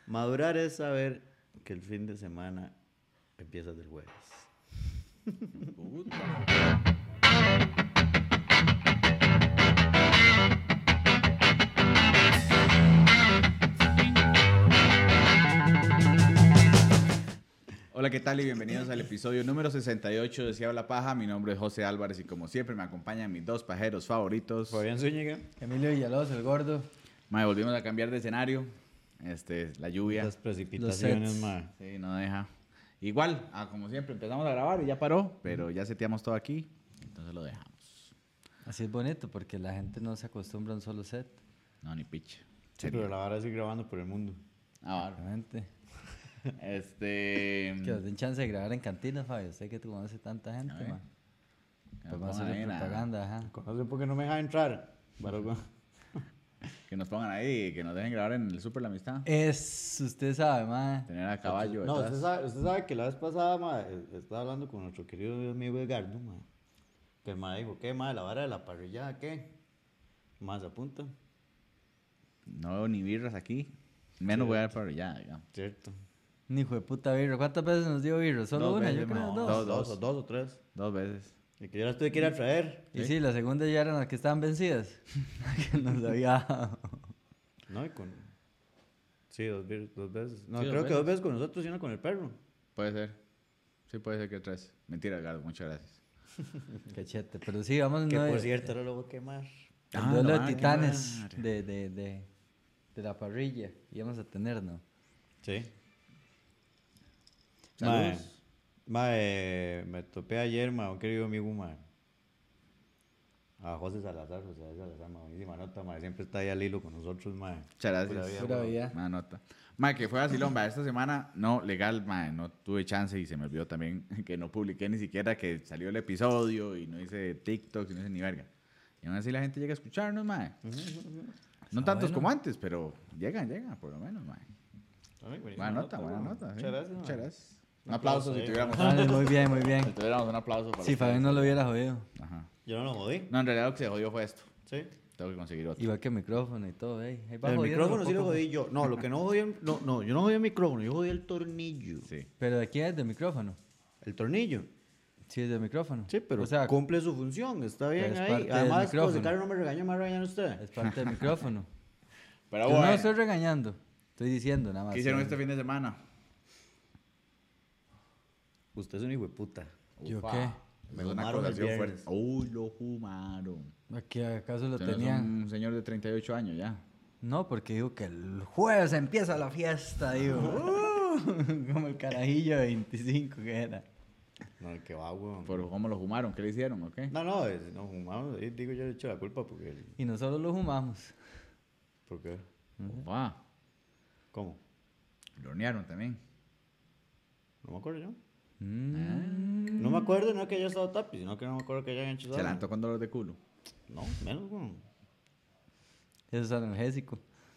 Madurar es saber que el fin de semana empieza del jueves. Hola, ¿qué tal? Y bienvenidos al episodio número 68 de Si Habla Paja. Mi nombre es José Álvarez y como siempre me acompañan mis dos pajeros favoritos. Fabián Zúñiga. Emilio Villalobos, el gordo. Mae, volvimos a cambiar de escenario. La lluvia. Las precipitaciones, mae. Sí, no deja. Igual, como siempre, empezamos a grabar y ya paró, pero ya seteamos todo aquí, entonces lo dejamos. Así es bonito porque la gente no se acostumbra a un solo set. No, ni piche. Sí, pero la vara sigue grabando por el mundo. Ah, bueno. Realmente. Mm. Que nos den chance de grabar en cantinas, Fabio. Sé que tú conoces tanta gente, A ver. man. Que nos Podemos pongan hacer ahí, propaganda, ajá. Conoce por qué no me deja entrar. que nos pongan ahí, que nos dejen grabar en el Super La Amistad. Usted sabe, man. Tener a caballo No, detrás. usted sabe que la vez pasada, mae, estaba hablando con nuestro querido amigo Edgardo, mae. Que el mae dijo, ¿qué, mae? La vara de la parrillada, ¿qué? Más apunta. No veo ni birras aquí, menos Sí. voy a dar para allá, digamos. Cierto. Ni hijo de puta birro. ¿Cuántas veces nos dio birro? Solo Dos una, veces, yo creo. man. Dos. Dos. O tres. 2 veces. Y que yo las tuve que ir a traer. Y sí, la segunda ya eran las que estaban vencidas. que nos había dado. No, y con... Sí, dos veces. No, Sí, dos creo que veces. 2 veces con nosotros y una con el perro. Puede ser. Sí, puede ser que 3. Mentira, Edgardo, muchas gracias. Cachete. Pero sí, vamos Que no, por cierto, ahora lo voy a quemar. el Ah, duelo lo de van a titanes quemar. de la parrilla. Íbamos a tener, ¿no? Sí. Saludos. Me topé ayer, mae, un querido amigo, mae. A José Salazar, mae, buenísima nota, mae. Siempre está ahí al hilo con nosotros, mae. Muchas Pura gracias. vida, Pura weón. vida. Una nota. Mae, que fue vacilón, va. Esta semana, no, legal, mae, no tuve chance y se me olvidó también que no publiqué ni siquiera que salió el episodio y no hice TikTok y no hice ni verga. Y aún así la gente llega a escucharnos, mae. No tantos bueno. como antes, pero llegan, por lo menos, mae. Ay, buenísima Buena nota, weón. sí. Muchas gracias, Muchas mae. gracias. Un aplauso si tuviéramos. Vale, muy bien, muy bien. Si tuviéramos un aplauso para Si Fabián no lo hubiera jodido. Ajá. Yo no lo jodí. No, en realidad lo que se jodió fue esto. Sí. Tengo que conseguir otro. Igual que el micrófono y todo, ahí va El jodiéndolo micrófono sí lo poco a jodí yo. No, lo que no jodí... No, yo no jodí el micrófono, yo jodí el tornillo. Sí. poco. Pero de aquí es del micrófono. El tornillo. Sí, es del micrófono. Sí, pero O sea, cumple su función, está bien es ahí. parte del Además, micrófono. José Carlos no me regaña, me regañan usted. es parte del micrófono. Pero Yo no bueno, lo estoy regañando. Estoy diciendo nada más. ¿qué hicieron este fin de semana? Usted es un hijo de puta. ¿Yo Ufa. qué? Me Es una fumaron el acusación viernes. fuerte. Uy, lo fumaron. ¿Aquí acaso lo Usted no es tenían? un señor de 38 años ya. No, porque digo que el jueves empieza la fiesta, digo. Como el carajillo de 25 que era. No, que va, weón. ¿Pero cómo lo fumaron? ¿Qué le hicieron o qué? No, no, fumamos. Digo, yo le echo la culpa porque... Y nosotros lo fumamos. ¿Por qué? Ufa. ¿Cómo? Lo hornearon también. No me acuerdo yo. Mm. No me acuerdo, no es que haya estado tapi, sino que no me acuerdo que hayan hecho Se levantó con dolor de culo. No, menos, weón. Eso es analgésico.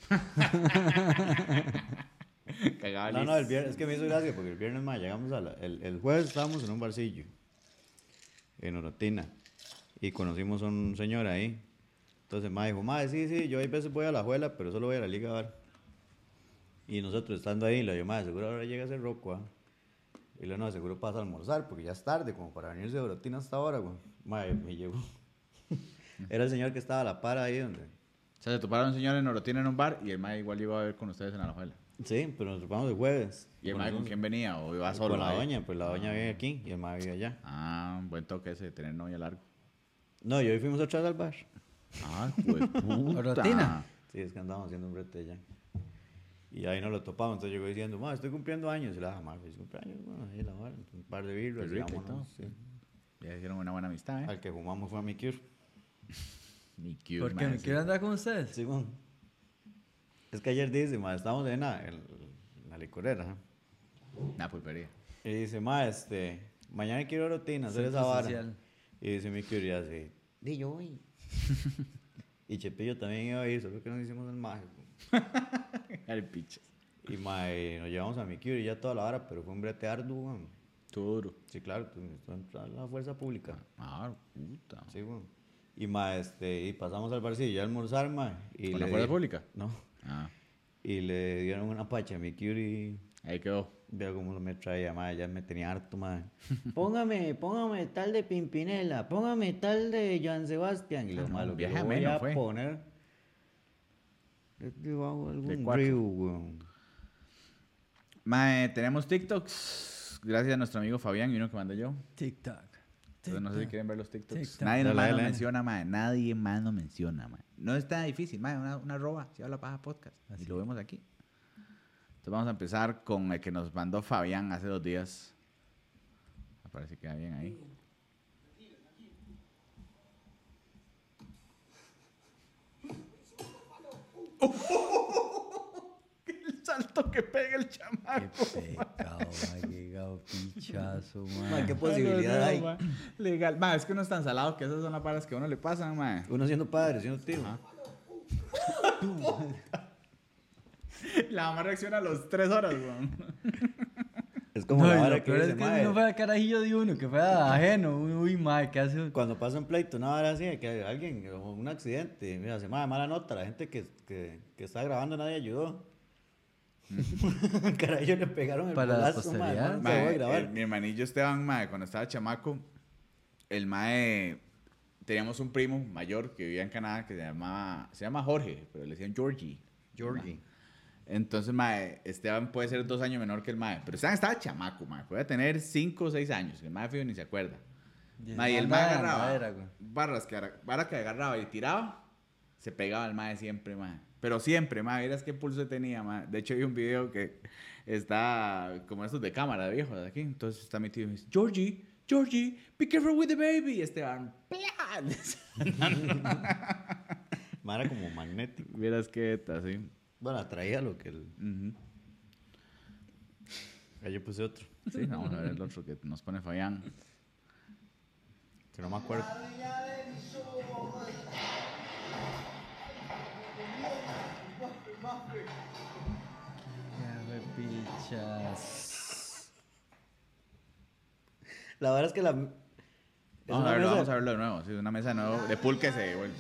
Cagaba No, lis. no, el viernes, es que me hizo gracia porque el viernes más llegamos el jueves estábamos en un barcillo en Orotina y conocimos a un señor ahí. Entonces ma dijo, ma, sí, yo hay veces voy a la juela, pero solo voy a la liga a bar. Y nosotros estando ahí, le digo, ma, seguro ahora llega a ser roco, ¿ah? Y le no, seguro pasa a almorzar porque ya es tarde, como para venirse de Orotina hasta ahora, güey. Ma, me llegó. Era el señor que estaba a la par ahí donde. O sea, se toparon un señor en Orotina en un bar y el mae igual iba a ver con ustedes en Alajuela. Sí, pero nos topamos el jueves. ¿Y el mae con quién venía o iba solo? Con la ahí? doña, pues la doña vive aquí y el ma vive allá. Ah, buen toque ese de tener novia largo. No, y hoy fuimos otra vez al bar. Ah, puta. ¿Orotina? Sí, es que andábamos haciendo un brete allá. Y ahí nos lo topamos, entonces llegó diciendo, ma, estoy cumpliendo años. Y le dije, ma, feliz cumpleaños, ma, ahí la vara, un par de birras, Qué y rico y vámonos. todo. Sí. Ya hicieron una buena amistad, ¿eh? Al que fumamos fue a mi cure. Ni cute, ¿Por qué? mae, ¿Me sí. quiero andar con ustedes? Sí, bueno. Es que ayer dice, ma, estábamos en la licorera, ¿eh? Nah, pulpería. Y dice, ma, mañana quiero ir a Orotina, hacer Centro esa vara. social. Y dice mi cure, y así, di yo voy. Y Chepillo también iba a ir, solo que nos hicimos el mágico. El piche. Y mae, nos llevamos a mi cure y ya toda la hora, pero fue un brete arduo, weón. Duro. Sí, claro, tú necesitas entrar a la fuerza pública. Ah, puta. Sí, weón. Y mae, y pasamos al barcillo ya a almorzar, mae. Y ¿Con le la fuerza di- pública? No. Ah. Y le dieron una pacha a mi cutie. Ahí quedó. Veo cómo me traía, madre, ya me tenía harto, madre. Póngame tal de Pimpinela, póngame tal de Joan Sebastián. Y lo no, malo que viaje lo voy ameno a fue. poner es debajo de algún cuatro. río, weón. Mae, tenemos TikToks. Gracias a nuestro amigo Fabián y uno que mandé yo. TikTok. Entonces no sé si quieren ver los TikToks. TikTok. Nadie Dale, más nos dale. menciona, mae. Nadie más nos menciona, mae. No es tan difícil, mae. Una arroba, si habla paja podcast. Así Y lo vemos aquí. Entonces vamos a empezar con el que nos mandó Fabián hace 2 días. Me parece que queda bien ahí. El salto que pega el Qué chamaco. pecado, ma, qué pichazo, Ma, ma. qué posibilidad hay. Ma. Legal. Ma, es que uno es tan salado que esas son las paras que a uno le pasan, ma. Uno siendo padre, siendo tío. La mamá reacciona a los 3 horas, weón. Es como No, la y vara lo que peor dice, es que mae, no fue al carajillo de uno, que fue ajeno. Uy, ma, ¿qué hace? cuando pasa un pleito, una vara así, que alguien, o un accidente, mira, se llama mala nota, la gente que está grabando nadie ayudó. Caray, ellos le pegaron el Para la bolazo, mae, posteridad. no se voy a Mae, grabar. mi hermanillo Esteban, mae, cuando estaba chamaco, el mae, teníamos un primo mayor que vivía en Canadá que se llama Jorge, pero le decían Georgie. Georgie. Entonces, mae, Esteban puede ser 2 años menor que el mae, pero Esteban estaba chamaco, mae, puede tener 5 o 6 años, el mae fío ni se acuerda. Mae, y el mae agarraba vara que agarraba y tiraba, se pegaba al mae siempre, mae. Pero siempre, mae, miras qué pulso tenía, mae. De hecho, hay un video que está como estos de cámara, de viejos, de aquí. Entonces está mi tío y me dice, Georgie, be careful with the baby. Y Esteban, ¡plan! Mae, era como magnético. Miras qué eta, sí. Bueno, atraía lo que el... Ujú. Ahí yo puse otro, Sí, vamos a ver el otro que nos pone Fabián. que no me acuerdo. Qué pichas. La verdad es que la... es Vamos una a verlo, mesa- vamos a verlo de nuevo. Sí, es una mesa de nuevo de pool que se devuelve.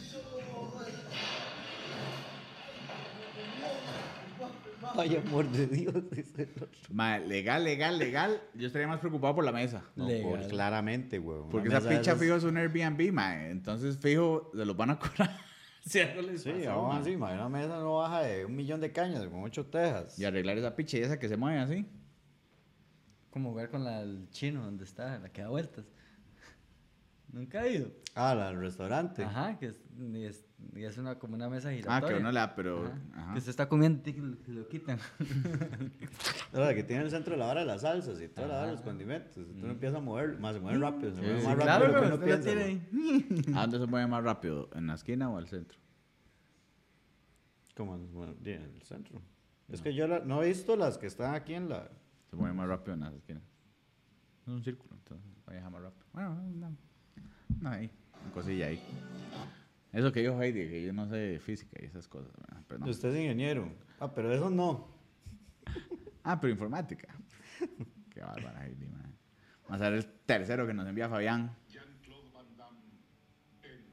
Ay, amor de Dios, dice el otro. Mae, legal. Yo estaría más preocupado por la mesa. No, Legal. claramente, güey. Porque esa picha fijo es un Airbnb, mae. Entonces, fijo, se los van a cobrar. Si algo les Sí, pasó, aún mae. así, mae, una mesa no baja de 1 millón de cañas, con 8 tejas. Y arreglar esa picha y esa que se mueve así. Como jugar con el chino donde está, la que da vueltas. Nunca ha ido. Ah, el restaurante. Ajá, y es una, como una mesa giratoria. Ah, que uno le da, pero. Ajá. Ajá. Que se está comiendo y que lo quitan. La que tiene en el centro de la vara de las salsas y toda la vara de los Ajá. condimentos. Tú no empiezas a mover, más se mueve rápido, se mueve sí, más rápido Claro, de lo que pero uno usted lo piensa. tiene güey. ahí. ¿A dónde se mueve más rápido? ¿En la esquina o al centro? Como en el centro. Es que yo no he visto las que están aquí en la... Se mueve más rápido en las esquinas. Es un círculo, entonces va a viajar más rápido. Bueno, no, ahí. Una cosilla ahí. Eso que dijo Heidi, que yo no sé de física y esas cosas. ¿verdad? Pero no. Usted es ingeniero. Ah, pero eso no. Ah, pero informática. Qué bárbara, Heidi, man. Vamos a ver el tercero que nos envía Fabián. Jean-Claude Van Damme en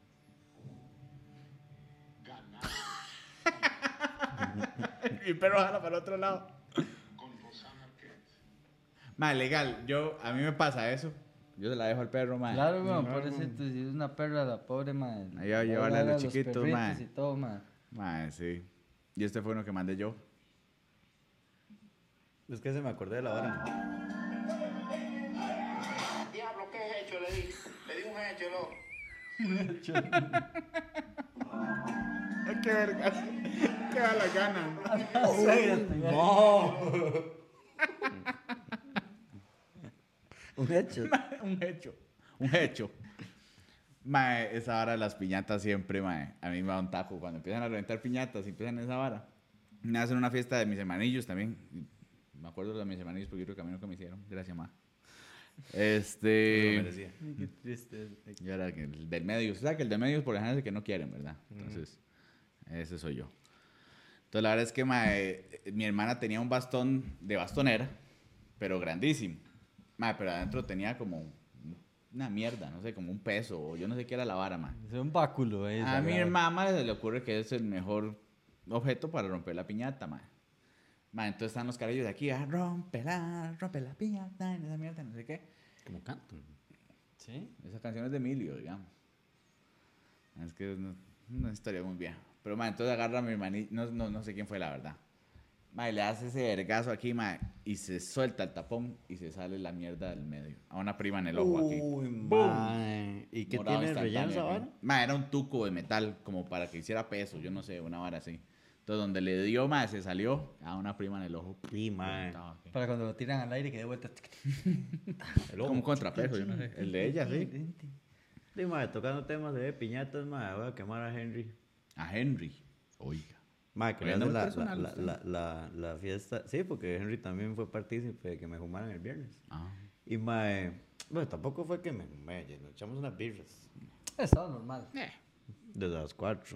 Ganar Y perro jala para el otro lado. con Rosanna Arquette. Más legal, a mí me pasa eso. Yo se la dejo al perro, man. Claro, weón, pobrecito, si es una perra la pobre, man. Ahí va a llevarle a los chiquitos, perritos man. y todo, man. Man, sí. Y este fue uno que mandé yo. Es que se me acordé de la vara. Diablo, ¿qué he hecho? Le di un hecho, loco. Ay, qué vergas. Qué da la gana. Un hecho. Un hecho. Mae, esa vara de las piñatas siempre, mae. A mí me da un tajo. Cuando empiezan a reventar piñatas y empiezan esa vara. Me hacen una fiesta de mis hermanillos también. Me acuerdo de mis hermanillos porque yo creo que a mí nunca me hicieron. Gracias, ma. Lo merecía. Qué triste. Yo era el del medio. Usted sabe que el del medio es por ejemplo el que no quieren, ¿verdad? Entonces, ese soy yo. Entonces, la verdad es que mae, mi hermana tenía un bastón de bastonera, pero grandísimo. Mae, pero adentro tenía como una mierda, no sé, como un peso, o yo no sé qué era la vara, mae. Es un báculo, A mi mamá se le ocurre que es el mejor objeto para romper la piñata, mae. Mae, entonces están los carajillos de aquí, rompe la piñata, en esa mierda, no sé qué. Como cantan. ¿Sí? Esa canción es de Emilio, digamos. Es que es una historia muy vieja. Pero, mae, entonces agarra a mi hermanito, no sé quién fue la verdad. Mae, le hace ese vergazo aquí, mae, y se suelta el tapón y se sale la mierda del medio. A una prima en el ojo aquí. Uy, ¡Bum! mae. ¿Y qué Morado tiene relleno esa instantáneo, vara? aquí. Mae, era un tuco de metal, como para que hiciera peso, yo no sé, una vara así. Entonces, donde le dio, mae, se salió a una prima en el ojo. Sí, mae. Estaba aquí. Para cuando lo tiran al aire que de vuelta. Como un contrapeso, yo no sé. El de ella, sí. Sí, mae, tocando temas de piñatas, mae, voy a quemar a Henry. A Henry. Oiga. Mae, que le Hablando hacen muy personal, la fiesta. Sí, porque Henry también fue partícipe de que me fumaran el viernes. Ah. Y mae, bueno, tampoco fue que me fumé, nos echamos unas birras. Estaba normal. Desde las 4.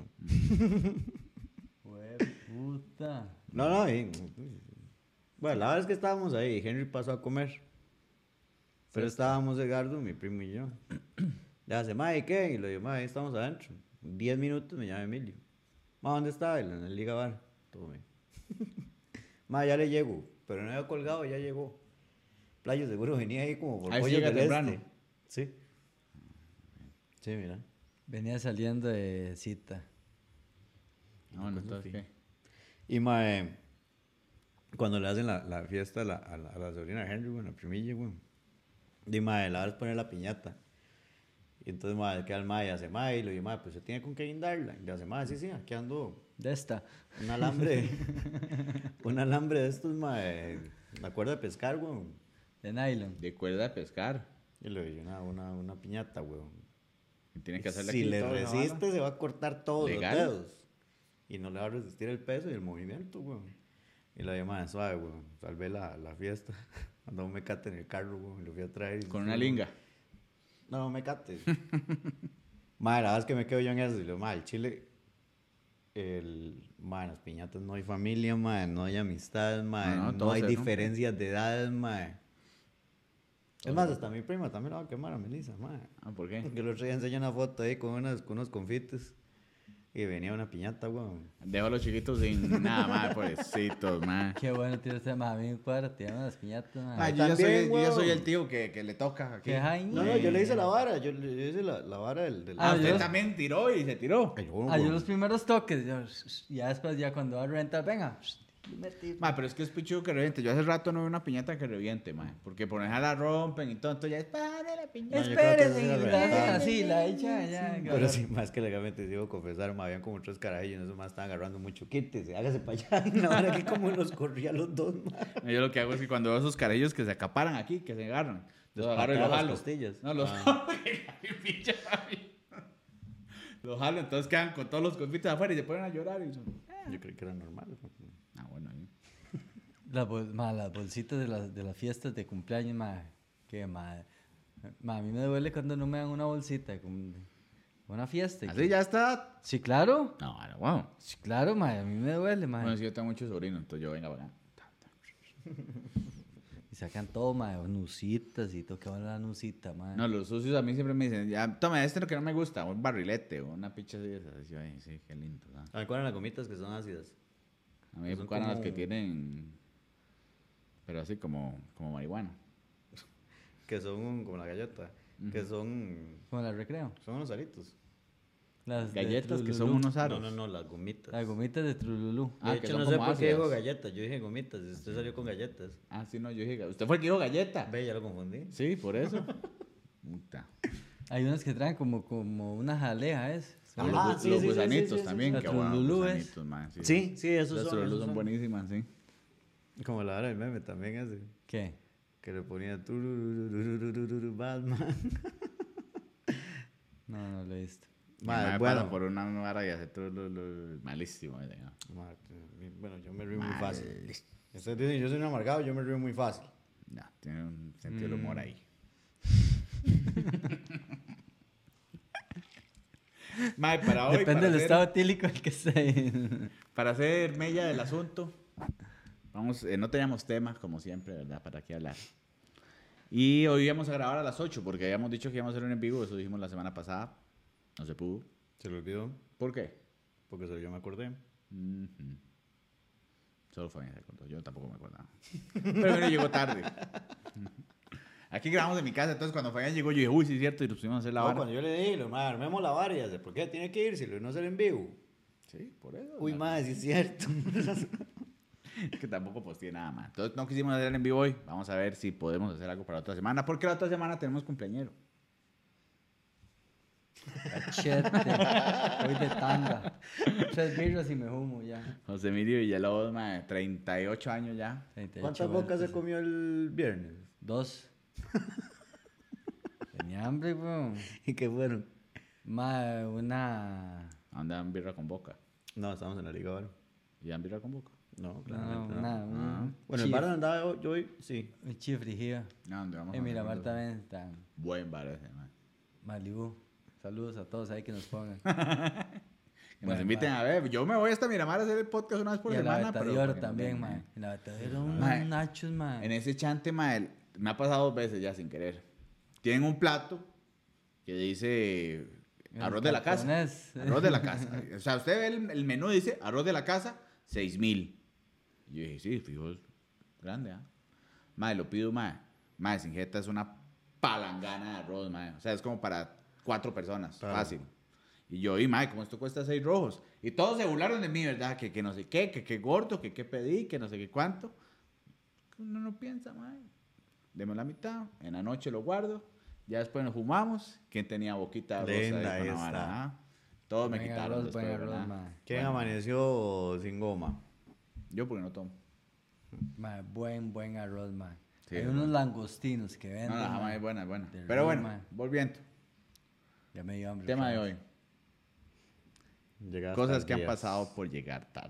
Hue puta. No, bueno, la verdad es que estábamos ahí, Henry pasó a comer. Pero estábamos Edgardo, mi primo y yo. Le hace, mae, ¿qué? Y le digo, mae, estamos adentro. 10 minutos me llama Emilio. Mae, ¿dónde está él? En el Liga Bar. Todo bien. Mae, ya le llego. Pero no había colgado, ya llegó. Playo seguro venía ahí como por Ahí sí pollo llega del temprano. este. Sí. Sí, mira. Venía saliendo de cita. No, entonces, ¿qué? Y mae, cuando le hacen la fiesta a la sobrina de Henry, bueno, la primilla, güey. Y mae, la vas a poner la piñata. Y entonces mae, queda el mae y hace mae, y le digo, mae, pues se tiene con qué guindarla. Y le hace mae, sí, aquí ando De esta. un alambre, un alambre de estos, mae, una cuerda de pescar, güey. De nylon. De cuerda de pescar. Y le digo, una piñata, güey. Y tiene que hacerle Si aquí le toda esa resiste, vara. se va a cortar todos ¿Legal? los dedos. Y no le va a resistir el peso y el movimiento, güey. Y la llamada suave, güey. Salvé la fiesta. Andaba un mecate en el carro, güey. Lo fui a traer. Con una linga. No, mecate. Madre, la verdad es que me quedo yo en eso. Y le digo, madre, el chile. Madre, las piñatas no hay familia, madre. No hay amistades, madre. No, No, todo hay se rompe. diferencias de edades, madre. Es más, hasta mi prima también la va a quemar a Melissa, madre. Ah, ¿por qué? Que el otro día enseñé una foto ahí con unos confites. Y venía una piñata, weón. Dejo a los chiquitos sin nada más, pobrecitos, man. Qué bueno tiene usted, más a mí en cuadra, tirando las piñatas, man. Ah, También, yo ya soy weón. el tío que le toca aquí. Qué jaime. No, yo le hice la vara. Yo le hice la vara del Ah, Usted yo- también tiró y se tiró. Ay, yo, Ah, yo weón. los primeros toques, ya después, ya cuando va a rentar, venga. Ma, pero es que es pichudo que reviente. Yo hace rato no veo una piñata que reviente, ma. Porque por ejemplo la rompen y todo, entonces ya es para la piñata. No, yo creo que Espérense, esa es la espérense, verdad. así, la hecha, ya. Pero sí, más que legalmente, debo confesar, me habían como 3 carajillos. Esos más estaban agarrando mucho. Quítese, hágase para allá. Y la verdad que como los corría los dos, man. Yo lo que hago es que cuando veo esos carajillos que se acaparan aquí, que se agarran, los agarro y patean los las jalo. costillas. No, los los jalo, entonces quedan con todos los confites afuera y se ponen a llorar. Y son... Yo creí que era normal. Ah, bueno, ahí. Las bolsitas de las fiestas de cumpleaños, ma. Qué madre. Ma, a mí me duele cuando no me dan una bolsita con una fiesta. ¿Así ya está? Sí, claro. No, bueno, wow. Sí, claro, ma. A mí me duele, ma. Bueno, si yo tengo muchos sobrinos, entonces yo venga para acá. Y sacan todo, ma. Nusitas y todo. Que va la nusita, ma. No, los sucios a mí siempre me dicen, ya, toma, este es lo que no me gusta, un barrilete o una picha así de esas. Y yo, ay, sí, qué lindo. ¿sabes? A ver, ¿cuáles son las gomitas que son ácidas? A mí me Son gustan las como- que tienen, pero así como marihuana. Que son como la galleta. Que son Como la recreo. unos aritos. Las de Galletas que son Trululú. unos aros. No, las gomitas. Las gomitas de Trululú. Ah, De que hecho, son no sé como por qué digo ácidas. galletas. Yo dije gomitas. y Usted salió con galletas. Ah, sí, no, yo dije, usted fue el que dijo galleta. Ve, ya lo confundí. Sí, por eso. Puta. Hay unas que traen como una jalea, ¿es? Ah, Ajá, los, sí, los sí, sí, gusanitos sí, sí, también, sí. qué Las bueno, trululúes. gusanitos, man. Sí, esos Las son. trululús esos son buenísimas, sí. Como la hora del meme también ese. ¿Qué? Que le ponía turururururururu, Batman. No lo he visto. Madre, Bueno. bueno. Por una vara y hacer malísimo. Madre, bueno, yo me río muy fácil. Ustedes dicen, yo soy un amargado, yo me río muy fácil. No, tiene un sentido del humor ahí. Mae, para hoy, Depende para del hacer- estado etílico el que esté. Para hacer mella del asunto, vamos, no teníamos temas, como siempre, ¿verdad? Para qué hablar. Y hoy íbamos a grabar a las 8, porque habíamos dicho que íbamos a hacer un en vivo, eso dijimos la semana pasada. No se pudo. Se lo olvidó, ¿Por qué? porque solo yo me acordé. Ujú. Solo Fabián se acordó. Yo tampoco me acordaba. Pero bueno, llegó tarde. Aquí grabamos en mi casa, entonces cuando Fabián llegó, yo dije, uy, sí es cierto, y nos pusimos a hacer la No, vara. cuando yo le dije, madre, armemos la vara y hace, ¿por qué tiene que irse y no hacer en vivo? Sí, por eso. Uy, no, madre, sí es cierto. que tampoco posteé nada más. Entonces no quisimos hacer en vivo hoy. Vamos a ver si podemos hacer algo para la otra semana, porque la otra semana tenemos cumpleañero. Cachete. Hoy de tanda. 3 birras y me humo ya. José Emilio Villalobos, mae, 38 años ya. 38 ¿Cuántas bocas se vueltas. comió el viernes? 2. Tenía hambre, weón. ¿Y qué fueron? Mae, una... ¿Dónde dan birra con boca? No, estamos en la liga ahora. ¿Y dan birra con boca? No, No, claramente no. una... Bueno, el bar donde andaba yo hoy, sí. Un chifrijío. No, ¿dónde vamos? En a Miramar ver? también están. Buen bar ese, mae. Malibu. Saludos a todos ahí que nos pongan. Que nos Buen inviten bar. a ver. Yo me voy hasta Miramar a hacer el podcast una vez por Y a la semana. pero Betador para que nos también, den, mae. En la Betador unos Mae, nachos, mae. En ese chante, mae, me ha pasado 2 veces ya sin querer. Tienen un plato que dice arroz de la casa. Cartones. Arroz de la casa. O sea, usted ve el menú, dice arroz de la casa, 6,000. Y yo dije, sí, fijo, es grande, ¿ah? Mae, lo pido, mae. Mae, sin jeta es una palangana de arroz, mae. O sea, es como para 4 personas, Claro. fácil. Y yo, y mae, como esto cuesta 6 rojos. Y todos se burlaron de mí, ¿verdad? Que no sé qué, que gordo, que qué pedí, que no sé qué cuánto. Uno no piensa, mae. Deme la mitad, en la noche lo guardo, ya después nos fumamos. ¿Quién tenía boquita rosa ahí Linda, con la ahí vara, está. ah? Todos me Buen quitaron arroz, después, buen arroz, ¿verdad? mae. ¿Quién Bueno, amaneció sin goma? yo porque no tomo. Mae, buen arroz, mae. Sí, Hay es unos bueno. langostinos que venden. No, la jama mae. es buena, es buena. De Pero río, bueno, mae. volviendo. Ya me dio hambre. Tema de otra hoy. vez. Llegaste Cosas al que han 10. pasado por llegar tarde.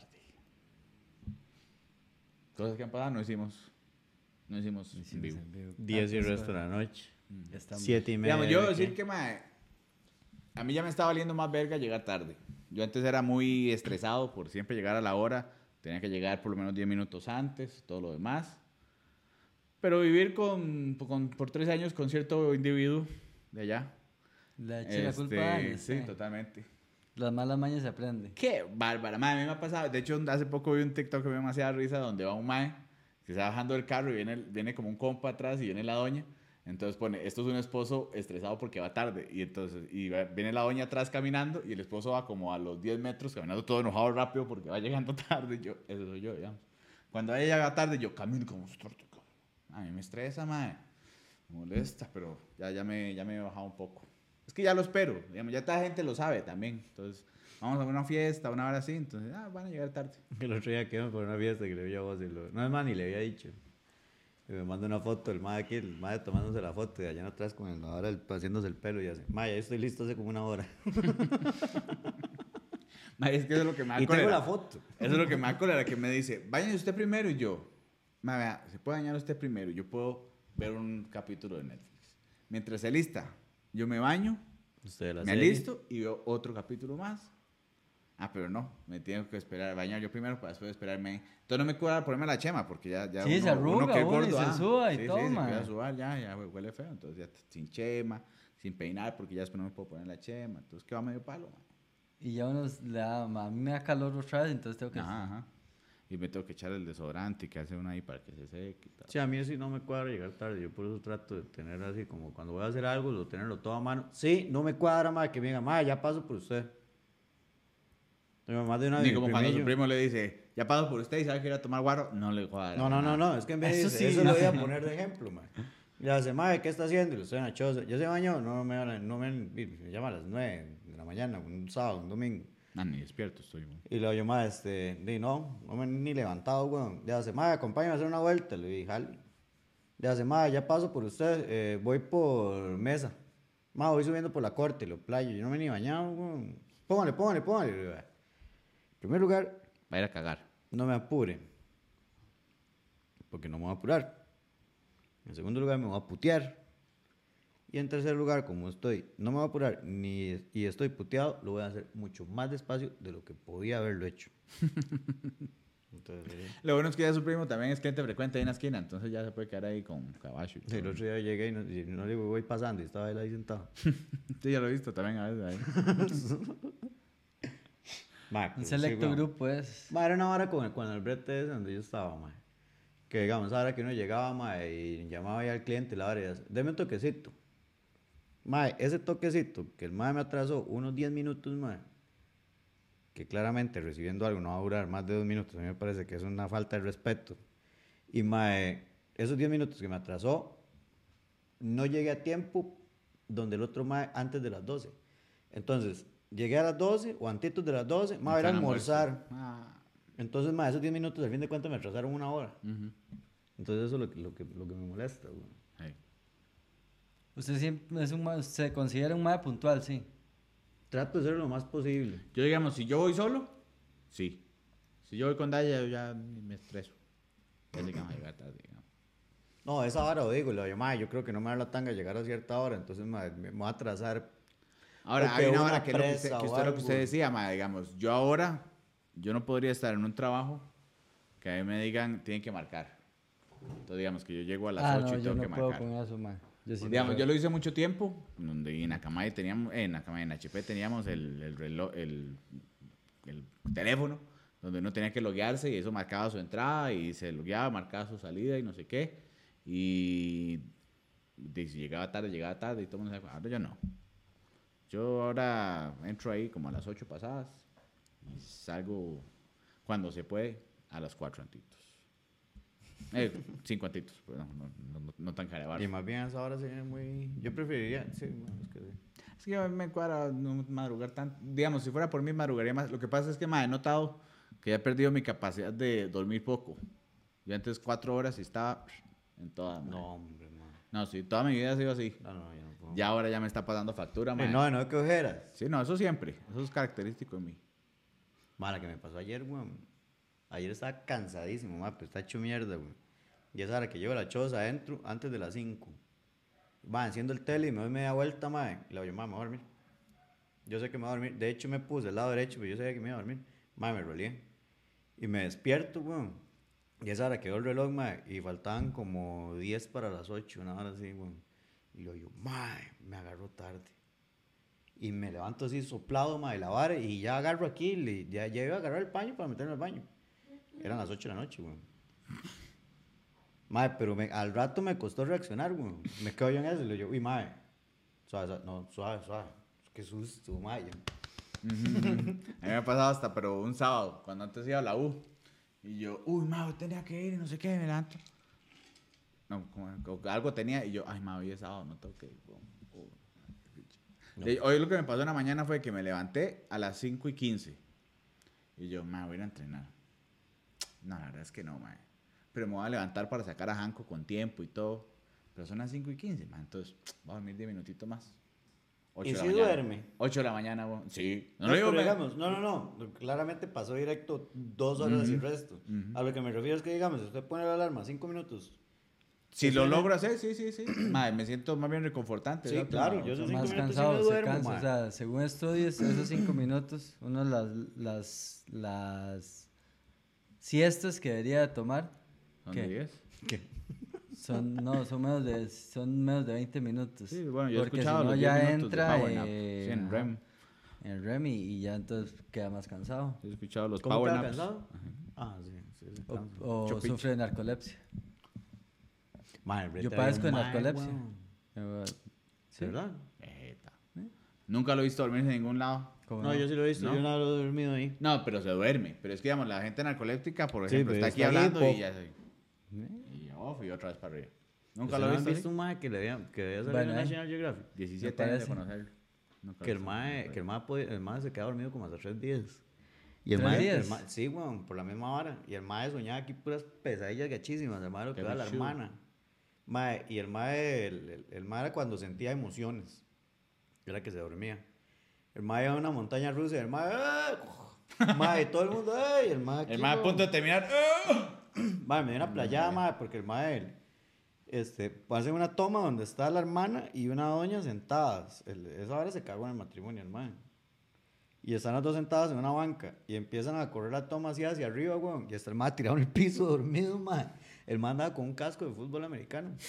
Cosas que han pasado, no hicimos Hicimos en vivo. en vivo. 10 y el pues, resto de la noche. ya estamos. 7:30. Digamos, yo ¿de decir qué? que, mae, a mí ya me estaba valiendo más verga llegar tarde. Yo antes era muy estresado por siempre llegar a la hora. Tenía que llegar por lo menos 10 minutos antes, todo lo demás. Pero vivir por 3 años con cierto individuo de allá. Le eché la culpa a Alex, Sí, eh. totalmente. Las malas mañas se aprenden. Qué bárbara, mae, a mí me ha pasado. De hecho, hace poco vi un TikTok que me dio demasiada risa donde va un mae que está bajando del carro y viene como un compa atrás y viene la doña. Entonces pone, esto es un esposo estresado porque va tarde. Y entonces viene la doña atrás caminando y el esposo va como a los 10 metros caminando todo enojado rápido porque va llegando tarde. Yo, eso soy yo, digamos. Cuando ella llega tarde, yo camino como un torto. A mí me estresa, mae. Me molesta, pero ya me he bajado un poco. Es que ya lo espero, digamos, ya toda la gente lo sabe también. Entonces, vamos a una fiesta, una hora así, entonces, van a llegar tarde. El otro día quedamos por una fiesta que le vi a vos y no es más ni le había dicho. Y me manda una foto el mae aquí, el mae tomándose la foto y allá atrás con el ahora haciéndose el pelo y hace, mae, ya estoy listo hace como una hora. Mae, es que eso es lo que me da Y tengo cólera. la foto. Eso es lo que me da cólera, que me dice, váyase usted primero y yo. Mae, vea, se puede bañar usted primero y yo puedo ver un capítulo de Netflix. Mientras se lista, yo me baño, Usted la me serie. alisto y veo otro capítulo más. Ah, pero no, me tengo que esperar, bañar yo primero para después esperarme. Entonces no me cuadra ponerme la chema porque ya Sí, se arruga que es uno y se suda y sí, todo, sí, se man. empieza a sudar, ya huele feo. Entonces ya sin chema, sin peinar porque ya después no me puedo poner la chema. Entonces queda medio palo, man. Y ya uno le da, a mí me da calor otra vez, entonces tengo que... Ajá. Y me tengo que echar el desodorante y que hace uno ahí para que se seque y tal. Sí, a mí sí no me cuadra llegar tarde. Yo por eso trato de tener así como cuando voy a hacer algo, tenerlo todo a mano. Sí, no me cuadra, mae, que me diga, mae, ya paso por usted. Tengo más de una Ni de como mi cuando su primillo. primo le dice, ya paso por usted y sabe que ir a tomar guaro, no le cuadra. No, es que en vez de Eso eso, sí. eso lo voy a poner de ejemplo, mae. Le hace, mae, ¿qué está haciendo? Y lo estoy en la choza. ¿Ya se bañó? Me llama a las 9 de la mañana, un sábado, un domingo. Ni despierto estoy, man. Y luego yo, mae, no me he ni levantado, weón. Le hace, mae, acompáñame a hacer una vuelta. Le dije, jale. Le hace, mae, ya paso por usted, voy por mesa. Mae, voy subiendo por la corte, lo playo. Yo no me he ni bañado, weón. Póngale. Le digo, en primer lugar, Va a ir a cagar. no me apure. Porque no me voy a apurar. En segundo lugar, me voy a putear. Y en tercer lugar, como no me voy a apurar y estoy puteado, lo voy a hacer mucho más despacio de lo que podía haberlo hecho. Entonces, Lo bueno es que ya su primo también es cliente frecuente ahí en la esquina, entonces ya se puede quedar ahí con caballo. y el todo. otro día llegué y no le digo, voy pasando y estaba él ahí sentado. Sí, ya lo he visto también a veces ahí. Ma, Un sí, selecto weón. grupo es. Ma, era una hora con el brete ese donde yo estaba, ma. Que digamos, ahora que uno llegaba, ma, y llamaba ya al cliente y la hora y decía, deme un toquecito. Ma, ese toquecito, que el ma me atrasó unos 10 minutos, ma, que claramente recibiendo algo no va a durar más de 2 minutos, a mí me parece que es una falta de respeto. Y ma, esos 10 minutos que me atrasó, no llegué a tiempo donde el otro ma antes de las 12. Entonces, llegué a las 12 o antitos de las 12, ma, era Plan almuerzo. almorzar. Ah. Entonces, ma, esos 10 minutos al fin de cuentas me atrasaron una hora. Ujú. Entonces eso es lo que me molesta, güey. Ahí. Usted siempre es se considera un mae puntual, sí. Trato de ser lo más posible. Yo, digamos, si yo voy solo, sí. Si yo voy con Daya, yo ya me estreso. Ya llegamos a llegar tarde, digamos. No, esa hora lo digo, le digo, ma, yo creo que no me da la tanga llegar a cierta hora, entonces ma, me voy a atrasar. Ahora, Porque hay una una hora que, es lo que usted, presa que o usted, lo que algo. usted decía, ma, digamos, yo ahora, yo no podría estar en un trabajo que a mí me digan, tienen que marcar. Entonces, digamos, que yo llego a las 8 no, y yo tengo no que puedo marcar. con eso, mae. Yo sí no Digamos, puedo. yo lo hice mucho tiempo, donde en Akamai teníamos, en Akamai, en HP teníamos el reloj, el teléfono, donde uno tenía que loguearse y eso marcaba su entrada y se logueaba, marcaba su salida y no sé qué. Y si llegaba tarde y todo el mundo se ahora yo no. Yo ahora entro ahí como a las 8 pasadas y salgo cuando se puede a las 4 antitos. 5 antitos, pero no tan carebar. Y más bien a esa hora se viene muy... Yo preferiría... Sí, bueno, es que sí. Es que a mí me cuadra no madrugar tanto. Digamos, si fuera por mí, madrugaría más. Lo que pasa es que he notado que ya he perdido mi capacidad de dormir poco. Yo antes 4 horas y estaba en toda. No, hombre, ma. No, sí, toda mi vida ha sido así. No, no, yo no puedo. Ya ahora ya me está pasando factura, mae. No, no, que ojeras. Sí, no, eso siempre. Eso es característico de mí. Ma, la que me pasó ayer, güey. Ayer estaba cansadísimo, ma, pues está hecho mierda, güey. Y esa hora que llevo la choza adentro, antes de las 5. Va, enciendo el tele y me doy media vuelta, ma. Y le digo, ma, me voy a dormir. Yo sé que me voy a dormir. De hecho, me puse el lado derecho, pero yo sabía que me iba a dormir. Ma, me roleé. Y me despierto, güey. Y esa hora quedó el reloj, ma. Y faltaban como 10 para las 8, una hora así, güey. Y lo digo, ma, me agarró tarde. Y me levanto así soplado, ma, de la vara. Y ya agarro aquí, ya iba a agarrar el paño para meterme al baño. Eran las 8 de la noche, güey. Mae, pero al rato me costó reaccionar, güey. Me quedo yo en eso y le digo, uy, mae. Suave, no, suave. Qué susto, mae. A mí me ha pasado hasta, pero un sábado, cuando antes iba a la U. Y yo, uy, ma, tenía que ir y no sé qué, me levanto. No, como algo tenía y yo, ay, ma, hoy es sábado, no tengo que ir. Hoy lo que me pasó en la mañana fue que me levanté a las 5:15. Y yo, ma, voy a ir a entrenar. No, la verdad es que no, ma. Pero me voy a levantar para sacar a Janko con tiempo y todo. Pero son las 5:15, ma. Entonces, voy a dormir 10 minutitos más. 8 ¿Y de la si mañana. duerme? 8 de la mañana, güey. Sí. No, lo digo, pero me- digamos, no. Claramente pasó directo 2 horas y resto. A lo que me refiero es que, digamos, si usted pone la alarma 5 minutos. Si lo tiene- logro hacer, sí. Ma, me siento más bien reconfortante. Sí, ¿verdad? claro, Ma, yo o sea, soy- 5 Más minutos sí cansado, me se duermo, cansa. mae. O sea, según estudios, esos 5 minutos, uno las siestas que debería de tomar, ¿Son ¿qué? de 10? son menos de 20 minutos. Sí, bueno, yo he Porque escuchado si no los 10 ya minutos de entra Power Nap. Sí, en ajá, REM. en REM y ya entonces queda más cansado. He escuchado los ¿Cómo power queda naps. cansado? Ah, sí. cansa. O Chopicho. sufre de narcolepsia. Mae, el brete Yo había padezco un de mae, narcolepsia. weón. ¿Sí? ¿Verdad? Eta. Nunca lo he visto dormir en ningún lado. ¿Cómo No, yo sí lo he visto, ¿No? yo no lo he dormido ahí. No, pero se duerme. Pero es que, digamos, la gente narcoléptica, por Sí, ejemplo, pero está aquí está ahí, hablando y pop. ya se... Y off y otra vez para arriba. Nunca ¿Usted lo no he han visto visto así. un mae que debía salir Bueno, en National Geographic? 17 Me años de parece. conocerlo. Nunca Que lo el he mae, visto. que el mae se queda dormido como hasta 3 días. Y el 3 mae, días. sí, weón, por la misma hora. Y el mae soñaba aquí puras pesadillas gachísimas. El mae lo que Qué va a la bichudo. hermana. Mae, y el mae, el mae era cuando sentía emociones. Era que se dormía. El mae iba a una montaña rusa y el mae, mae, y todo el mundo, y el mae aquí, El mae a weón. punto de terminar. Mae, me dio una playada, mae, porque el mae, hace una toma donde está la hermana y una doña sentadas. Esa hora se cagó en el matrimonio, el mae. Y están las dos sentadas en una banca y empiezan a correr la toma así hacia arriba, weón. Y está el mae tirado en el piso dormido, mae. El mae andaba con un casco de fútbol americano.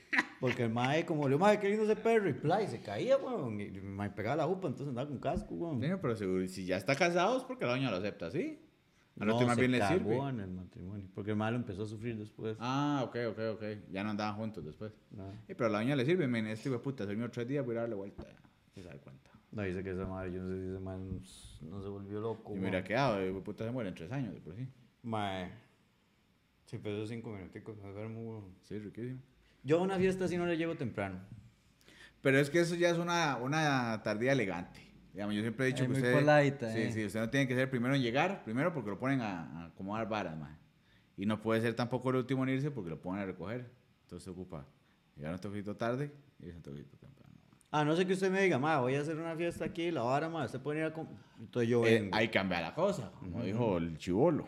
Porque el mae, como le mae, qué lindo ese perro, y play, se caía, weón. Y el mae pegaba la jupa, entonces andaba con casco, weón. Sí, pero seguro, si ya está casado es porque la doña lo acepta, ¿sí? Al No, otro más se bien le cagó sirve. en el matrimonio, porque el mae lo empezó a sufrir después. Ah, ok. Ya no andaban juntos después. No, Sí, pero a la doña le sirve, men, este hijo de puta, se durmió 3 días, voy a darle vuelta. Ya se da cuenta. no, dice que esa madre, yo no sé si ese mae no se volvió loco, Y mira, quedado, hijo de puta se muere en 3 años, de por sí. Mae, sí, pero esos 5 minuticos me duermo, weón. Sí, riquísimo. Yo a una fiesta así no le llego temprano. Pero es que eso ya es una tardía elegante. Digamos, yo siempre he dicho Ay, que muy usted... polite, Sí, usted no tiene que ser el primero en llegar, primero porque lo ponen a acomodar varas, man. Y no puede ser tampoco el último en irse porque lo ponen a recoger. Entonces se ocupa llegar un toquito tarde y irse un toquito temprano. A no ser que usted me diga, mae, voy a hacer una fiesta aquí, la vara, mae, usted puede ir a... Entonces yo vengo. Ahí cambia la cosa, como dijo el chivolo.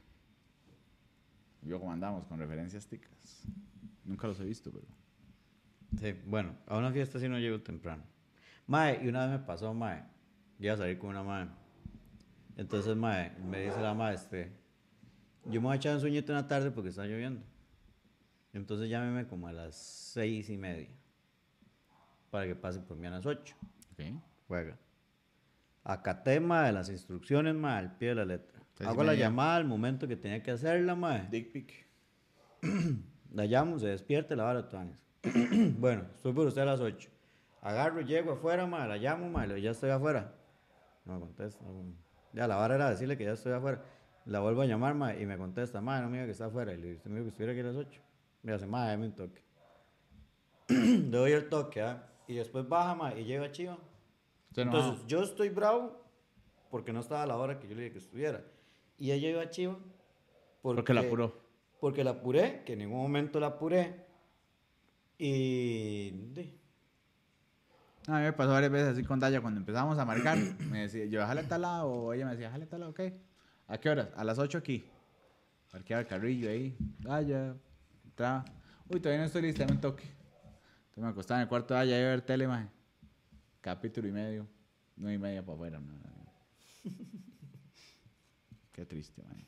Yo como andamos con referencias ticas. Nunca los he visto, pero... Sí, bueno, a una fiesta sí no llego temprano. Mae, y una vez me pasó, mae, yo iba a salir con una mae. Entonces, mae, me dice la mae, yo me voy a echar un sueñito en la tarde porque está lloviendo. Entonces llámeme como a las 6:30 para que pase por mí a las 8. Ok. Juega. Acaté, mae, las instrucciones, mae, al pie de la letra. 6:30. Hago la llamada al momento que tenía que hacerla, mae. Dick pic. La llamo, se despierta y la vara tuanes. Bueno, estoy por usted a las 8. Agarro, llego afuera, ma, la llamo, ma, ya estoy afuera. No me contesta. Ya la vara era decirle que ya estoy afuera. La vuelvo a llamar, ma, y me contesta, ma, no me diga que está afuera. Y le digo, usted me dijo que estuviera aquí a las 8. Me hace, ma, dame un toque. Le doy el toque, ¿ah? Y después baja, ma, y llega Chiva. Entonces, yo estoy bravo porque no estaba a la hora que yo le dije que estuviera. Y ella iba a Chiva Porque la apuró. Porque la apuré, que en ningún momento la apuré. Y... A mí me pasó varias veces así con Daya cuando empezamos a marcar. Me decía, yo jale a tal lado, o ella me decía, jale a tal lado, ok. ¿A qué horas? A las 8 aquí. Parqueaba el carrillo ahí. Daya, entraba. Uy, todavía no estoy lista, dame un toque. Entonces me acostaba en el cuarto de Daya a ver tele, maje. Capítulo y medio. 9:30 para afuera. No. Qué triste, maje.